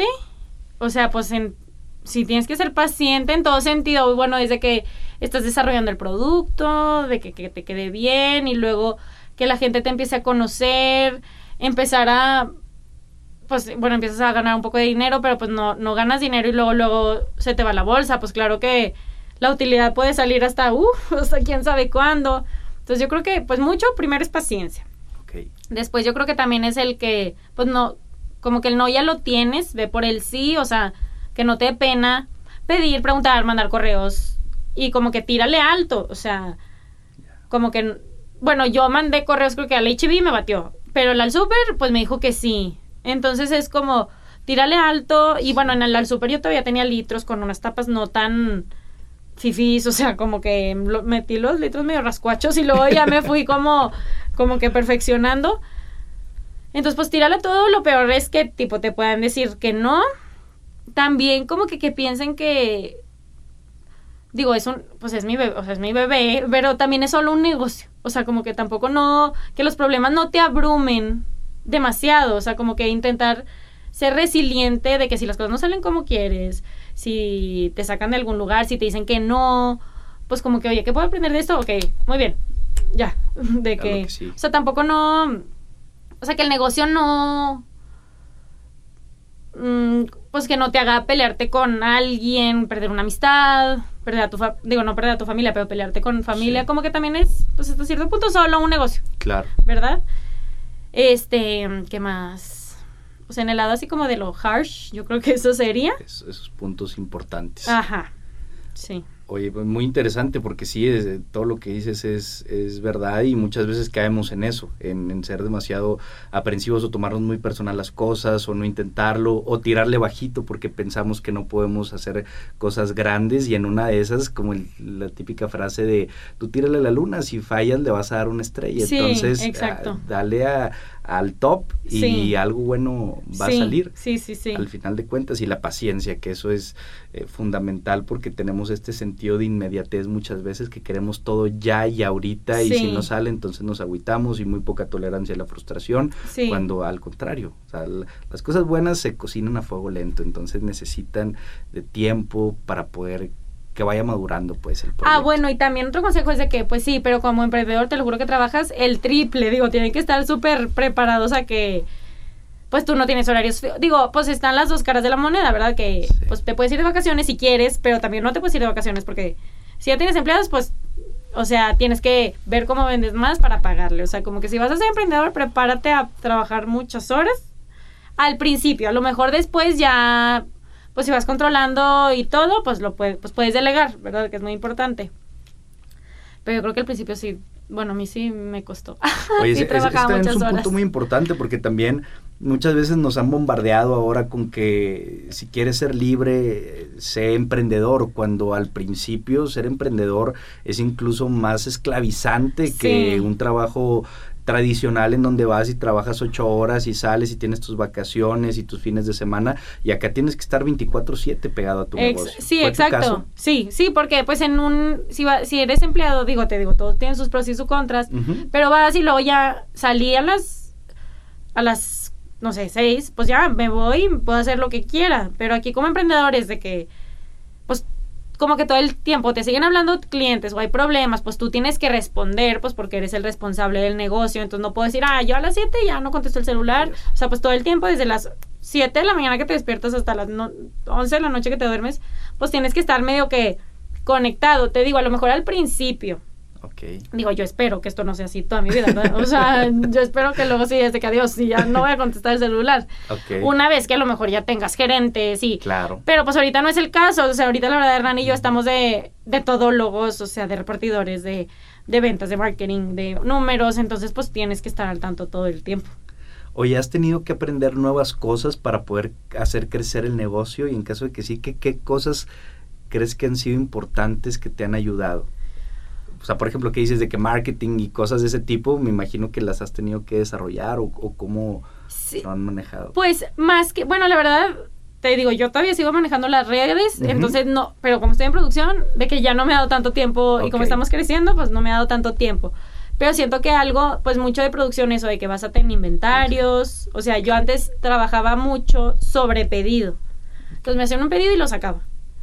S2: o sea, pues en, si tienes que ser paciente en todo sentido, bueno, desde que estás desarrollando el producto, de que, que te quede bien y luego que la gente te empiece a conocer, empezar a, pues bueno, empiezas a ganar un poco de dinero, pero pues no, no ganas dinero y luego, luego se te va la bolsa, pues claro que la utilidad puede salir hasta, uff, hasta quién sabe cuándo. Entonces yo creo que pues mucho, primero es paciencia.
S1: Okay.
S2: Después yo creo que también es el que, pues no, como que el no ya lo tienes, ve por el sí, o sea, que no te dé pena pedir, preguntar, mandar correos y como que tírale alto, o sea, como que, bueno, yo mandé correos creo que al H E B me batió, pero el al súper pues me dijo que sí, entonces es como, tírale alto y bueno, en el al súper yo todavía tenía litros con unas tapas no tan fifís, o sea, como que lo, metí los litros medio rascuachos y luego ya me fui como, como que perfeccionando. Entonces, pues tírale todo, lo peor es que, tipo, te puedan decir que no. También como que, que piensen que, digo, es un, pues es mi bebé, o sea, es mi bebé, pero también es solo un negocio. O sea, como que tampoco no, que los problemas no te abrumen demasiado, o sea, como que intentar ser resiliente de que si las cosas no salen como quieres, si te sacan de algún lugar, si te dicen que no, pues como que, oye, ¿qué puedo aprender de esto? Ok, muy bien, ya, de
S1: Claro
S2: que,
S1: que sí.
S2: o sea, tampoco no, o sea, que el negocio no, mmm, pues que no te haga pelearte con alguien, perder una amistad, perder a tu, fa- digo, no perder a tu familia, pero pelearte con familia,
S1: Sí.
S2: como que también es, pues hasta cierto punto solo un negocio,
S1: Claro.
S2: ¿verdad? Este, ¿qué más? Pues en el lado así como de lo harsh, yo creo que eso sería.
S1: Es, esos puntos importantes.
S2: Ajá, sí.
S1: Oye, pues muy interesante porque sí, es, todo lo que dices es, es verdad y muchas veces caemos en eso, en, en ser demasiado aprensivos o tomarnos muy personal las cosas o no intentarlo o tirarle bajito porque pensamos que no podemos hacer cosas grandes y en una de esas, como el, la típica frase de tú tírale a la luna, si fallas le vas a dar una estrella.
S2: Sí,
S1: Entonces,
S2: exacto.
S1: a, dale a, al top y
S2: sí.
S1: algo bueno va
S2: sí,
S1: a salir.
S2: Sí, sí, sí.
S1: Al final de cuentas, y la paciencia, que eso es eh, fundamental porque tenemos este sentido de inmediatez muchas veces que queremos todo ya y ahorita sí. y si no sale entonces nos agüitamos y muy poca tolerancia a la frustración, sí. cuando al contrario, o sea, la, las cosas buenas se cocinan a fuego lento, entonces necesitan de tiempo para poder que vaya madurando pues el proyecto.
S2: Ah, bueno, y también otro consejo es de que, pues sí, pero como emprendedor te lo juro que trabajas el triple, digo, tienen que estar súper preparados a que, pues tú no tienes horarios, digo, pues están las dos caras de la moneda, ¿verdad? Que, sí. pues te puedes ir de vacaciones si quieres, pero también no te puedes ir de vacaciones porque si ya tienes empleados, pues, o sea, tienes que ver cómo vendes más para pagarle, o sea, como que si vas a ser emprendedor, prepárate a trabajar muchas horas al principio, a lo mejor después ya... pues si vas controlando y todo, pues lo puedes, pues puedes delegar, ¿verdad? Que es muy importante. Pero yo creo que al principio sí, bueno, a mí sí me costó.
S1: Oye,
S2: sí,
S1: ese,
S2: trabajaba
S1: este
S2: muchas
S1: es un
S2: horas.
S1: punto muy importante porque también muchas veces nos han bombardeado ahora con que si quieres ser libre, sé emprendedor, cuando al principio ser emprendedor es incluso más esclavizante sí. que un trabajo tradicional en donde vas y trabajas ocho horas y sales y tienes tus vacaciones y tus fines de semana y acá tienes que estar veinticuatro siete pegado a tu
S2: Ex-
S1: negocio.
S2: Sí, exacto. Sí, sí, porque pues en un, si, va, si eres empleado, digo, te digo, todo tiene sus pros y sus contras, uh-huh. pero vas y luego ya salí a las, a las, no sé, seis, pues ya me voy, puedo hacer lo que quiera, pero aquí como emprendedores de que, pues, como que todo el tiempo te siguen hablando clientes o hay problemas, pues tú tienes que responder, pues porque eres el responsable del negocio, entonces no puedo decir, ah, yo a las siete ya no contesto el celular, o sea, pues todo el tiempo desde las siete de la mañana que te despiertas hasta las no, once de la noche que te duermes, pues tienes que estar medio que conectado, te digo, a lo mejor al principio.
S1: Okay.
S2: Digo, yo espero que esto no sea así toda mi vida, ¿verdad? O sea, yo espero que luego sí, desde que adiós, sí, ya no voy a contestar el celular.
S1: Okay.
S2: Una vez que a lo mejor ya tengas gerente, sí.
S1: Claro.
S2: Pero pues ahorita no es el caso, o sea, ahorita la verdad Hernán y yo estamos de, de todólogos, o sea, de repartidores, de, de ventas, de marketing, de números, entonces pues tienes que estar al tanto todo el tiempo.
S1: Oye, ¿has tenido que aprender nuevas cosas para poder hacer crecer el negocio? Y en caso de que sí, ¿qué, qué cosas crees que han sido importantes que te han ayudado? O sea, por ejemplo, ¿qué dices de que marketing y cosas de ese tipo? Me imagino que las has tenido que desarrollar o, o cómo sí. lo han manejado.
S2: Pues más que, bueno, la verdad, te digo, yo todavía sigo manejando las redes, uh-huh. entonces no, pero como estoy en producción, de que ya no me ha dado tanto tiempo okay. y como estamos creciendo, pues no me ha dado tanto tiempo. Pero siento que algo, pues mucho de producción eso de que vas a tener inventarios, sí. o sea, yo antes trabajaba mucho sobre pedido. Entonces me hacían un pedido y lo sacaba.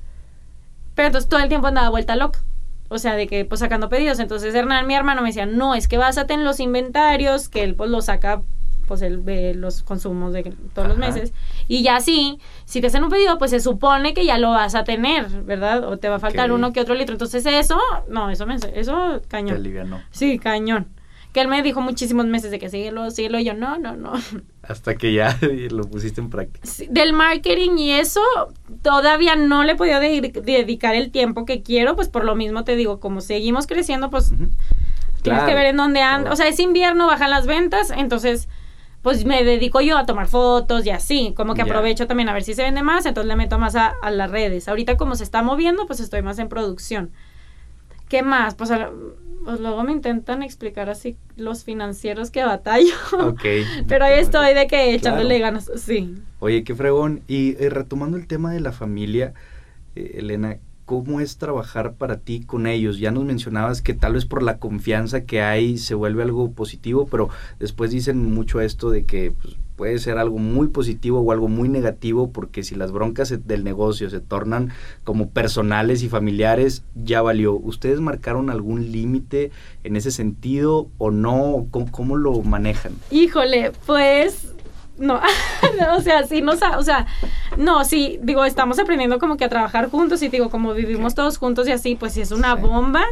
S2: Pero entonces todo el tiempo andaba vuelta loca. O sea, de que pues sacando pedidos. Entonces Hernán, mi hermano, me decía, no, es que básate en los inventarios, que él pues los saca, pues él ve los consumos de todos Ajá. los meses. Y ya sí, si te hacen un pedido, pues se supone que ya lo vas a tener, ¿verdad? O te va a faltar okay. uno que otro litro. Entonces eso, no, eso me, eso cañón.
S1: Te alivianó.
S2: Sí, cañón. Que él me dijo muchísimos meses de que síguelo, síguelo, y yo, no, no, no.
S1: Hasta que ya lo pusiste en práctica.
S2: Sí, del marketing y eso, todavía no le he podido de- dedicar el tiempo que quiero, pues por lo mismo te digo, como seguimos creciendo, pues uh-huh. tienes claro. que ver en dónde anda. O sea, es invierno, bajan las ventas, entonces, pues me dedico yo a tomar fotos y así, como que yeah. aprovecho también a ver si se vende más, entonces le meto más a, a las redes. Ahorita como se está moviendo, pues estoy más en producción. ¿Qué más? Pues, a, pues luego me intentan explicar así los financieros que batallo.
S1: Okay.
S2: Pero ahí estoy de que echándole claro. ganas, sí.
S1: Oye, qué fregón. Y eh, retomando el tema de la familia, eh, Elena, ¿cómo es trabajar para ti con ellos? Ya nos mencionabas que tal vez por la confianza que hay se vuelve algo positivo, pero después dicen mucho esto de que pues, puede ser algo muy positivo o algo muy negativo, porque si las broncas se, del negocio se tornan como personales y familiares, ya valió. ¿Ustedes marcaron algún límite en ese sentido o no? ¿Cómo, cómo lo manejan?
S2: Híjole, pues... No, o sea, sí, no, o sea, no, sí, digo, estamos aprendiendo como que a trabajar juntos y digo, como vivimos okay. todos juntos y así, pues sí es una sí. bomba.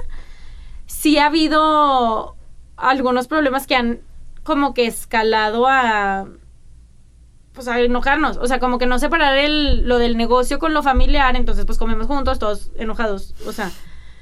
S2: Sí ha habido algunos problemas que han como que escalado a, pues a enojarnos, o sea, como que no separar el, lo del negocio con lo familiar, entonces pues comemos juntos, todos enojados, o sea...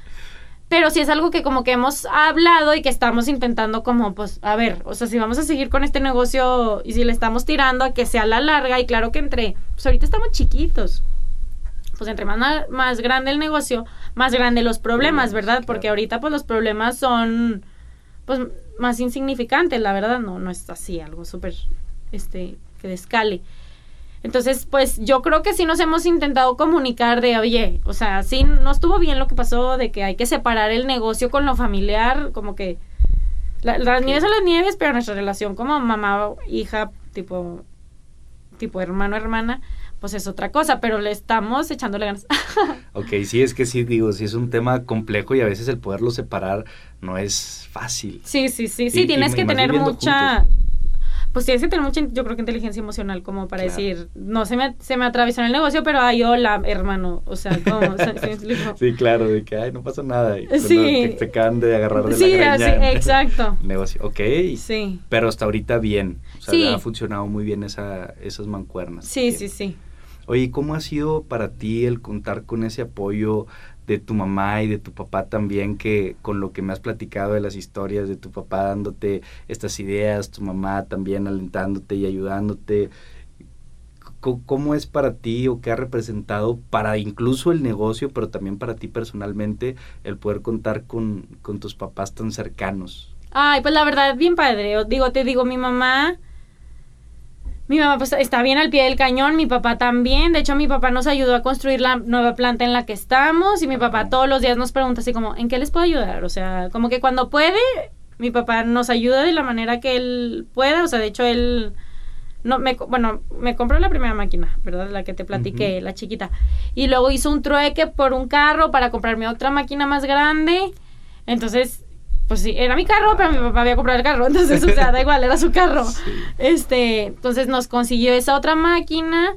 S2: Pero sí es algo que como que hemos hablado y que estamos intentando como, pues, a ver, o sea, si vamos a seguir con este negocio y si le estamos tirando a que sea la larga, y claro que entre, pues ahorita estamos chiquitos, pues entre más, más grande el negocio, más grande los problemas, ¿verdad? Porque ahorita, pues, los problemas son, pues, más insignificantes, la verdad, no, no es así, algo súper, este, que descale. Entonces, pues, yo creo que sí nos hemos intentado comunicar de, oye, o sea, sí, no estuvo bien lo que pasó, de que hay que separar el negocio con lo familiar, como que, la, las nieves son las nieves, pero nuestra relación como mamá, hija, tipo, tipo hermano, hermana, pues es otra cosa, pero le estamos echándole ganas.
S1: Ok, sí, es que sí, digo, sí es un tema complejo y a veces el poderlo separar no es fácil.
S2: Sí, sí, sí, sí,
S1: Y-
S2: tienes
S1: y
S2: que
S1: más
S2: tener
S1: viviendo
S2: mucha...
S1: juntos.
S2: Pues tienes que tener mucha, yo creo que inteligencia emocional como para
S1: Claro.
S2: decir, no se me, se me atravesó en el negocio, pero ay, hola, hermano, o sea, ¿cómo? O sea, ¿sí me explico?
S1: Sí, claro, de que, ay, no pasa nada. Y cuando
S2: Sí.
S1: que te acaban de agarrar de
S2: Sí,
S1: la
S2: así,
S1: greña.
S2: exacto.
S1: Negocio, ok.
S2: Sí,
S1: Pero hasta ahorita bien. O sea,
S2: Sí.
S1: ha funcionado muy bien esa, esas mancuernas. que
S2: sí, sí,
S1: tienen.
S2: sí.
S1: Oye, ¿cómo ha sido para ti el contar con ese apoyo de tu mamá y de tu papá también, que con lo que me has platicado de las historias de tu papá dándote estas ideas, tu mamá también alentándote y ayudándote? C- ¿Cómo es para ti o qué ha representado para incluso el negocio, pero también para ti personalmente, el poder contar con, con tus papás tan cercanos?
S2: Ay, pues la verdad, bien padre. O- Digo, te digo, mi mamá, mi mamá pues está bien al pie del cañón, mi papá también. De hecho, mi papá nos ayudó a construir la nueva planta en la que estamos y mi papá
S1: Ajá.
S2: todos los días nos pregunta así como, ¿en qué les puedo ayudar? O sea, como que cuando puede, mi papá nos ayuda de la manera que él pueda. O sea, de hecho, él... No, me, co- bueno, me compró la primera máquina, ¿verdad? La que te platiqué,
S1: Ujú.
S2: la chiquita. Y luego hizo un trueque por un carro para comprarme otra máquina más grande. Entonces, pues sí, era mi carro, pero mi papá había comprado el carro. Entonces, o sea, da igual, era su carro.
S1: Sí.
S2: Este, entonces nos consiguió esa otra máquina.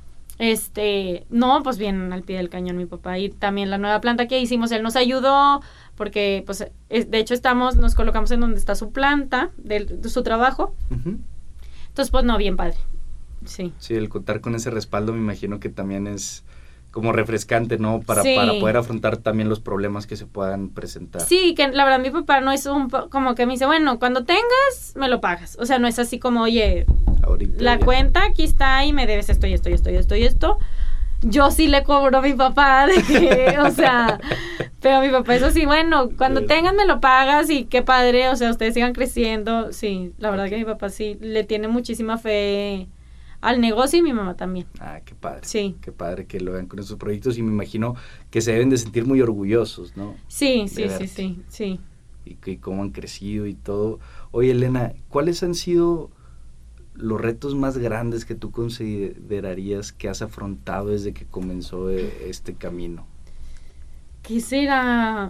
S2: Este, no, pues bien al pie del cañón mi papá. Y también la nueva planta que hicimos, él nos ayudó porque, pues, es- de hecho estamos, nos colocamos en donde está su planta, de, de su trabajo.
S1: Ujú.
S2: Entonces, pues, no, bien padre. Sí.
S1: Sí, el contar con ese respaldo me imagino que también es como refrescante, ¿no? Para,
S2: Sí.
S1: para poder afrontar también los problemas que se puedan presentar.
S2: Sí, que la verdad mi papá no es un, po- como que me dice, bueno, cuando tengas, me lo pagas. O sea, no es así como, oye,
S1: Ahorita
S2: la
S1: ya.
S2: cuenta aquí está y me debes esto y esto y esto y esto y esto. Yo sí le cobro a mi papá de que, o sea, pero mi papá eso sí, bueno, cuando
S1: Sí.
S2: tengas me lo pagas y qué padre, o sea, ustedes sigan creciendo. Sí, la verdad
S1: Ok.
S2: que mi papá sí le tiene muchísima fe al negocio y mi mamá también.
S1: Ah, qué padre.
S2: Sí.
S1: Qué padre que lo vean con esos proyectos y me imagino que se deben de sentir muy orgullosos, ¿no?
S2: Sí,
S1: De
S2: sí, sí,
S1: verte.
S2: sí, sí.
S1: Y, que- y cómo han crecido y todo. Oye, Elena, ¿cuáles han sido los retos más grandes que tú considerarías que has afrontado desde que comenzó eh, este camino?
S2: ¿Qué será?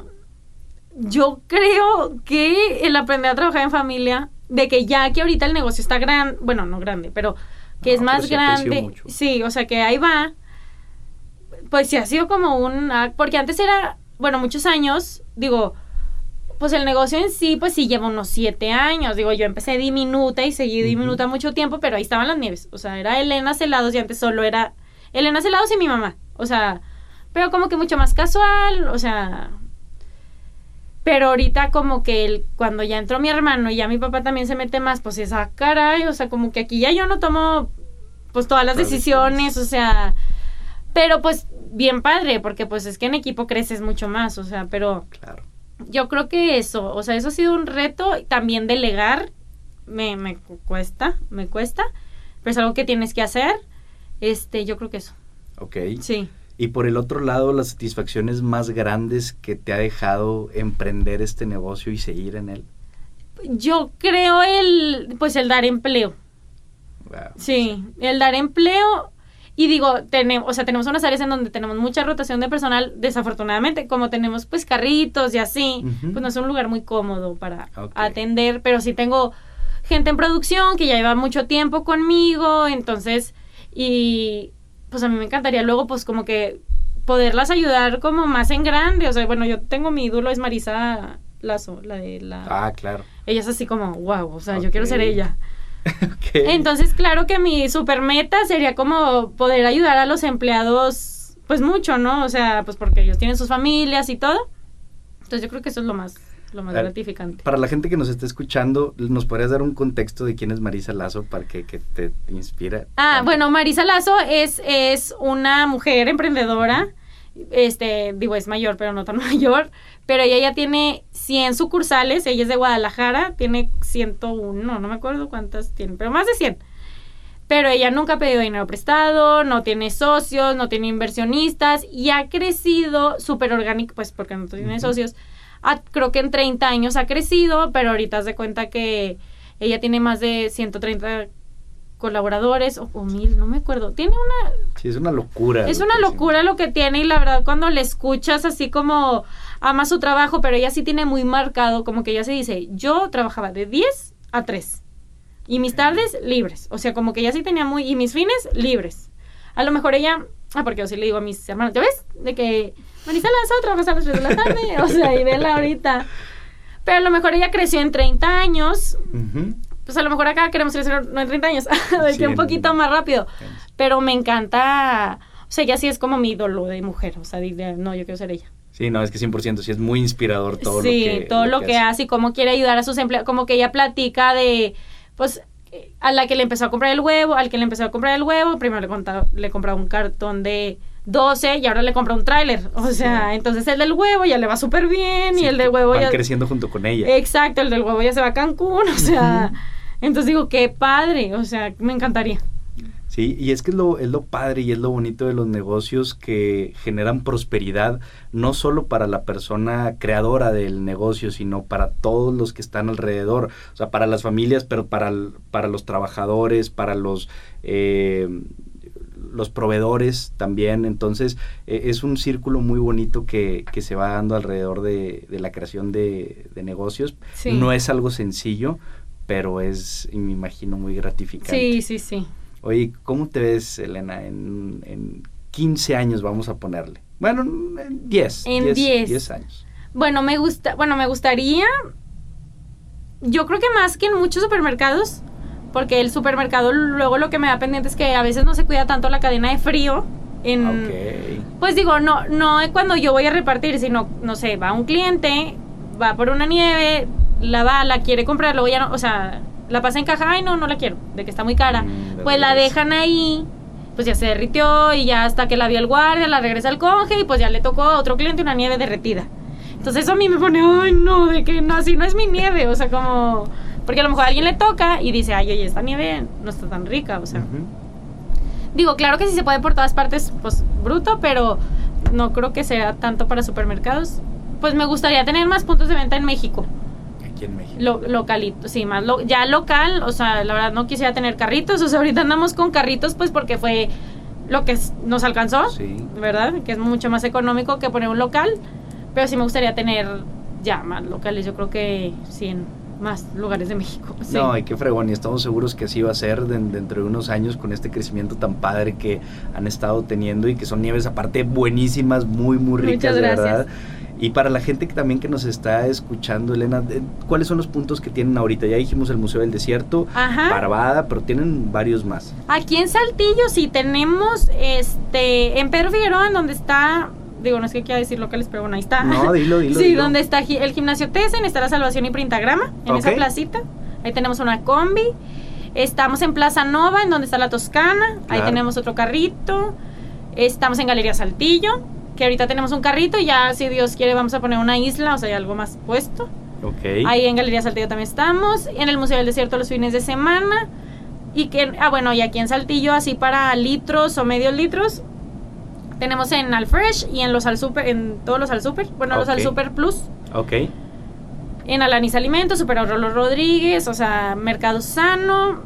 S2: Yo creo que el aprender a trabajar en familia, de que ya que ahorita el negocio está grande, bueno, no grande, pero que
S1: No,
S2: es más
S1: pero sí ha crecido
S2: grande,
S1: mucho.
S2: sí, o sea que ahí va, pues sí ha sido como un, ac- porque antes era, bueno, muchos años, digo, pues el negocio en sí, pues sí lleva unos siete años, digo, yo empecé diminuta y seguí
S1: Ujú.
S2: diminuta mucho tiempo, pero ahí estaban las nieves, o sea, era Elena Celados y antes solo era Elena Celados y mi mamá, o sea, pero como que mucho más casual, o sea, pero ahorita como que el, cuando ya entró mi hermano y ya mi papá también se mete más, pues esa caray, o sea, como que aquí ya yo no tomo pues todas las
S1: Todas las
S2: decisiones, o sea, pero pues bien padre, porque pues es que en equipo creces mucho más, o sea, pero
S1: Claro.
S2: yo creo que eso, o sea, eso ha sido un reto, también delegar me, me cu- cuesta, me cuesta, pero es algo que tienes que hacer, este, yo creo que eso,
S1: Ok.
S2: sí.
S1: Y por el otro lado, las satisfacciones más grandes que te ha dejado emprender este negocio y seguir en él.
S2: Yo creo el, pues el dar empleo.
S1: Wow.
S2: Sí, el dar empleo. Y digo, tenemos, o sea, tenemos unas áreas en donde tenemos mucha rotación de personal, desafortunadamente, como tenemos pues carritos y así,
S1: Ujú.
S2: pues no es un lugar muy cómodo para
S1: Ok.
S2: atender, pero sí tengo gente en producción que ya lleva mucho tiempo conmigo, entonces, y pues a mí me encantaría luego pues como que poderlas ayudar como más en grande, o sea, bueno, yo tengo mi ídolo, es Marisa Lazo, la de la...
S1: Ah, claro.
S2: Ella es así como, wow, o sea, yo
S1: Ok.
S2: quiero ser ella.
S1: Ok.
S2: Entonces, claro que mi super meta sería como poder ayudar a los empleados, pues mucho, ¿no? O sea, pues porque ellos tienen sus familias y todo. Entonces yo creo que eso es lo más, lo más
S1: Ah,
S2: gratificante.
S1: Para la gente que nos está escuchando, ¿nos podrías dar un contexto de quién es Marisa Lazo para que, que te inspira?
S2: Ah,
S1: tanto?
S2: bueno, Marisa Lazo es, es una mujer emprendedora, Este, digo, es mayor, pero no tan mayor. Pero ella ya tiene cien sucursales. Ella es de Guadalajara. Tiene ciento uno, no me acuerdo cuántas tiene, pero más de cien. Pero ella nunca ha pedido dinero prestado, no tiene socios, no tiene inversionistas. Y ha crecido súper orgánico, pues porque no tiene uh-huh. socios. A, creo que en treinta años ha crecido, pero ahorita haz de cuenta que ella tiene más de ciento treinta colaboradores o, o mil, no me acuerdo. Tiene una...
S1: Sí, es una locura.
S2: Es una locura lo que tiene y la verdad cuando le escuchas así como ama su trabajo, pero ella sí tiene muy marcado, como que ella se dice, yo trabajaba de diez a tres y mis tardes libres. O sea, como que ella sí tenía muy... Y mis fines libres. A lo mejor ella... Ah, porque yo sí le digo a mis hermanos, ¿ya ves? De que... Marisela, ¿sabes trabajar a las tres de la tarde? O sea, y vela ahorita. Pero a lo mejor ella creció en treinta años. Uh-huh. Pues a lo mejor acá queremos crecer no en treinta años. De sí, que un poquito no, más rápido. Pero me encanta... O sea, ella sí es como mi ídolo de mujer. O sea, de, no, yo quiero ser ella.
S1: Sí, no, es que cien por ciento sí es muy inspirador todo
S2: sí,
S1: lo que...
S2: Sí, todo lo, lo que, que hace. hace y cómo quiere ayudar a sus empleados. Como que ella platica de... Pues... A la que le empezó a comprar el huevo, al que le empezó a comprar el huevo, primero le, contaba, le compraba un cartón de doce y ahora le compra un tráiler. O sea, sí. Entonces el del huevo ya le va súper bien sí, y el del huevo
S1: van
S2: ya...
S1: creciendo junto con ella.
S2: Exacto, el del huevo ya se va a Cancún, o sea... Entonces digo, qué padre, o sea, me encantaría.
S1: Sí, y es que es lo, es lo padre y es lo bonito de los negocios que generan prosperidad, no solo para la persona creadora del negocio, sino para todos los que están alrededor, o sea, para las familias, pero para, para los trabajadores, para los, eh, los proveedores también. Entonces, eh, es un círculo muy bonito que, que se va dando alrededor de, de la creación de, de negocios. Sí. No es algo sencillo, pero es, me imagino, muy gratificante.
S2: Sí, sí, sí.
S1: Oye, ¿cómo te ves, Elena, en, en quince años vamos a ponerle? Bueno, en diez.
S2: En diez.
S1: diez años.
S2: Bueno, me gusta, bueno, me gustaría, yo creo que más que en muchos supermercados, porque el supermercado luego lo que me da pendiente es que a veces no se cuida tanto la cadena de frío. En,
S1: okay.
S2: Pues digo, no, no es cuando yo voy a repartir, sino, no sé, va un cliente, va por una nieve, la va, la quiere comprar, luego ya no, o sea... La pasa en caja, ay no, no la quiero, de que está muy cara. Mm, pues la dejan ahí, pues ya se derritió y ya hasta que la vio el guardia, la regresa al conge y pues ya le tocó a otro cliente una nieve derretida. Entonces eso a mí me pone, ay no, de que no, así no es mi nieve, o sea, como... Porque a lo mejor a alguien le toca y dice, ay, oye, esta nieve no está tan rica, o sea... Uh-huh. Digo, claro que sí se puede por todas partes, pues bruto, pero no creo que sea tanto para supermercados. Pues me gustaría tener más puntos de venta en México.
S1: En México.
S2: Lo, localito, sí, más lo, ya local, o sea, la verdad no quisiera tener carritos, o sea, ahorita andamos con carritos pues porque fue lo que nos alcanzó,
S1: sí.
S2: ¿Verdad? Que es mucho más económico que poner un local, pero sí me gustaría tener ya más locales, yo creo que sí, en más lugares de México. Sí.
S1: No, y qué fregón, y estamos seguros que así va a ser de, dentro de unos años con este crecimiento tan padre que han estado teniendo y que son nieves aparte buenísimas, muy, muy ricas, de verdad. Y para la gente que también que nos está escuchando, Elena, ¿cuáles son los puntos que tienen ahorita? Ya dijimos el Museo del Desierto,
S2: Ajá.
S1: Parvada, pero tienen varios más.
S2: Aquí en Saltillo sí tenemos, este, en Pedro Figueroa, en donde está, digo, no es que quiera decir locales, pero bueno, ahí está.
S1: No, dilo, dilo.
S2: Sí,
S1: dilo.
S2: Donde está el gimnasio Tesen, está la Salvación y Printagrama, en okay. esa placita. Ahí tenemos una combi. Estamos en Plaza Nova, en donde está la Toscana. Claro. Ahí tenemos otro carrito. Estamos en Galería Saltillo, que ahorita tenemos un carrito y ya, si Dios quiere, vamos a poner una isla, o sea, hay algo más puesto.
S1: Okay.
S2: Ahí en Galería Saltillo también estamos. En el Museo del Desierto los fines de semana. Y que, ah, bueno, y aquí en Saltillo, así para litros o medios litros, tenemos en Alfresh y en los Al Super, en todos los Al Super, bueno, okay. los Al Super Plus.
S1: Ok.
S2: En Alanis Alimentos, Super Rolo Rodríguez, o sea, Mercado Sano.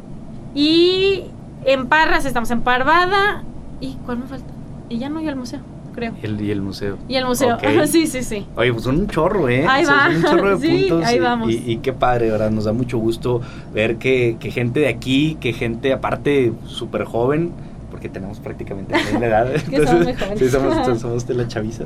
S2: Y en Parras estamos en Parvada. ¿Y cuál me falta? Y ya no, y el museo, creo.
S1: Y el, y el museo.
S2: Y el museo, okay. sí, sí, sí.
S1: Oye, pues son un chorro, ¿eh?
S2: Ahí
S1: o sea,
S2: va.
S1: Son un chorro de
S2: sí,
S1: puntos.
S2: ahí
S1: y,
S2: vamos.
S1: Y, y qué padre, ¿verdad? Nos da mucho gusto ver que, que gente de aquí, que gente aparte súper joven, porque tenemos prácticamente la misma edad.
S2: que somos muy jóvenes.
S1: Sí, somos, somos de la chaviza.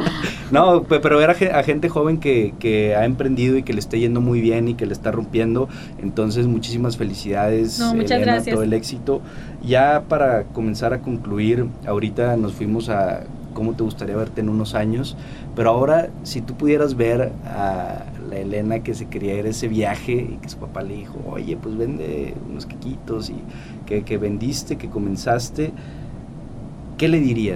S1: No, pero ver a, a gente joven que, que ha emprendido y que le está yendo muy bien y que le está rompiendo. Entonces, muchísimas felicidades,
S2: no, muchas
S1: Elena,
S2: gracias.
S1: todo el éxito. Ya para comenzar a concluir, ahorita nos fuimos a cómo te gustaría verte en unos años, pero ahora, si tú pudieras ver a la Elena que se quería ir a ese viaje y que su papá le dijo, oye, pues vende unos quequitos y que, que vendiste, que comenzaste, ¿qué le dirías?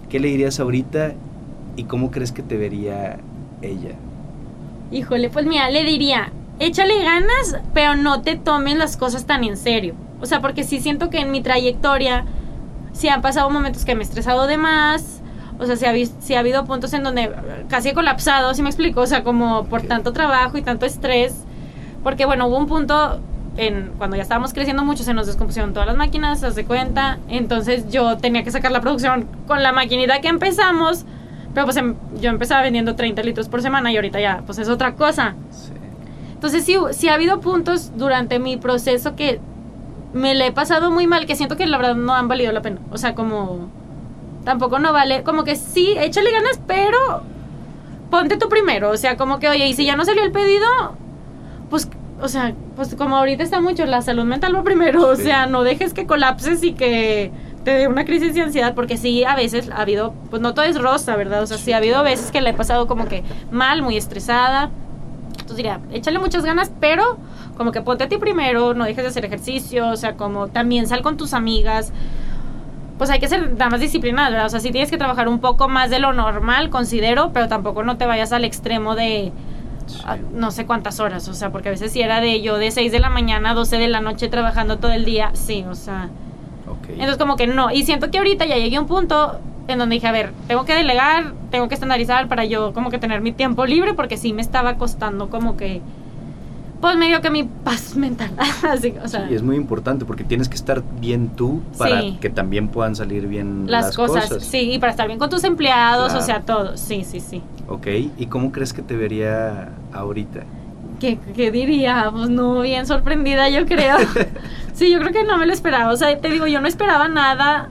S1: ¿qué le dirías ahorita y cómo crees que te vería ella?
S2: Híjole, pues mira, le diría, échale ganas, pero no te tomen las cosas tan en serio. O sea, porque sí siento que en mi trayectoria sí han pasado momentos que me he estresado de más. O sea, sí ha, sí ha habido puntos en donde casi he colapsado, ¿sí me explico? O sea, como por tanto trabajo y tanto estrés. Porque, bueno, hubo un punto en cuando ya estábamos creciendo mucho, se nos descompusieron todas las máquinas, haz de cuenta. Entonces yo tenía que sacar la producción con la maquinita que empezamos. Pero pues em, yo empezaba vendiendo treinta litros por semana y ahorita ya, pues es otra cosa. Sí. Entonces sí, sí ha habido puntos durante mi proceso que me le he pasado muy mal, que siento que la verdad no han valido la pena. O sea, como... Tampoco no vale, como que sí, échale ganas, pero ponte tú primero, o sea, como que, oye, y si ya no salió el pedido, pues, o sea, pues como ahorita está mucho, la salud mental va primero, sí. O sea, no dejes que colapses y que te dé una crisis de ansiedad, porque sí, a veces ha habido, pues no todo es rosa, ¿verdad? O sea, sí ha habido veces que le he pasado como que mal, muy estresada, entonces diría, échale muchas ganas, pero como que ponte a ti primero, no dejes de hacer ejercicio, o sea, como también sal con tus amigas. Pues hay que ser nada más disciplinadas, ¿verdad? O sea, sí tienes que trabajar un poco más de lo normal, considero, pero tampoco no te vayas al extremo de sí. a, no sé cuántas horas, o sea, porque a veces si era de yo de seis de la mañana a doce de la noche trabajando todo el día, sí, o sea. Okay. Entonces como que no, y siento que ahorita ya llegué a un punto en donde dije, a ver, tengo que delegar, tengo que estandarizar para yo como que tener mi tiempo libre, porque sí me estaba costando como que pues medio que mi paz mental. Así, o sea,
S1: sí, es muy importante porque tienes que estar bien tú para sí. que también puedan salir bien las, las cosas. cosas.
S2: Sí, y para estar bien con tus empleados, claro. O sea, todo. Sí, sí, sí.
S1: Ok, ¿y cómo crees que te vería ahorita?
S2: ¿Qué, qué diría? Pues no, bien sorprendida yo creo. Sí, yo creo que no me lo esperaba. O sea, te digo, yo no esperaba nada.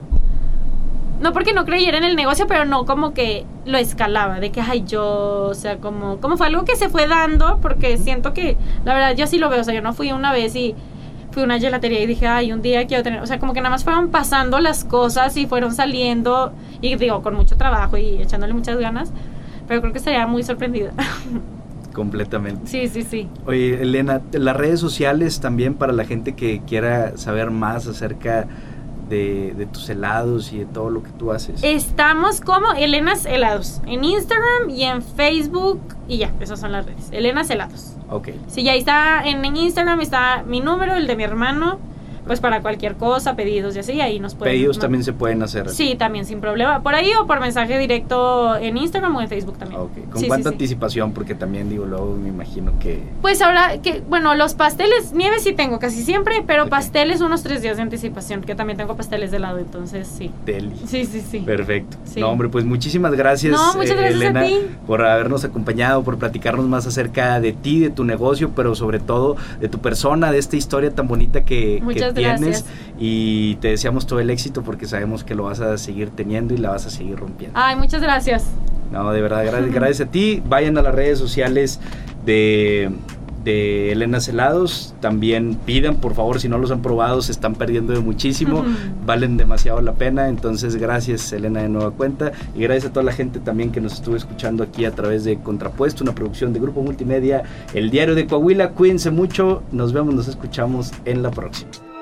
S2: No porque no creyera en el negocio, pero no como que lo escalaba, de que, ay, yo, o sea, como, como fue algo que se fue dando, porque siento que, la verdad, yo sí lo veo, o sea, yo no fui una vez y fui a una gelatería y dije, ay, un día quiero tener, o sea, como que nada más fueron pasando las cosas y fueron saliendo, y digo, con mucho trabajo y echándole muchas ganas, pero creo que estaría muy sorprendida.
S1: Completamente.
S2: Sí, sí, sí.
S1: Oye, Elena, las redes sociales también para la gente que quiera saber más acerca De, de tus helados y de todo lo que tú haces.
S2: Estamos como Elena's Helados en Instagram y en Facebook y ya, esas son las redes. Elena's Helados.
S1: Ok.
S2: Sí, ya está en, en Instagram está mi número, el de mi hermano, pues para cualquier cosa, pedidos y así, ahí nos pueden.
S1: Pedidos
S2: ¿no?
S1: también se pueden hacer.
S2: Sí, también sin problema. Por ahí o por mensaje directo en Instagram o en Facebook también.
S1: Okay. ¿Con
S2: sí,
S1: cuánta
S2: sí,
S1: anticipación?
S2: Sí.
S1: Porque también digo, luego me imagino que...
S2: Pues ahora que, bueno, los pasteles, nieves sí tengo casi siempre, pero okay. Pasteles unos tres días de anticipación, que también tengo pasteles de helado, entonces sí.
S1: Deli.
S2: Sí, sí, sí.
S1: Perfecto.
S2: Sí.
S1: No, hombre, pues muchísimas gracias,
S2: no, muchas gracias
S1: eh, Elena,
S2: a ti.
S1: por habernos acompañado, por platicarnos más acerca de ti, de tu negocio, pero sobre todo de tu persona, de esta historia tan bonita que, que tienes. Y te deseamos todo el éxito porque sabemos que lo vas a seguir teniendo y la vas a seguir rompiendo.
S2: Ay, muchas gracias.
S1: No, de verdad, gracias, gracias a ti. Vayan a las redes sociales de, de Elena's Helados. También pidan, por favor, si no los han probado, se están perdiendo de muchísimo. Uh-huh. Valen demasiado la pena. Entonces, gracias, Elena, de nueva cuenta. Y gracias a toda la gente también que nos estuvo escuchando aquí a través de Contrapuesto, una producción de Grupo Multimedia, El Diario de Coahuila. Cuídense mucho. Nos vemos, nos escuchamos en la próxima.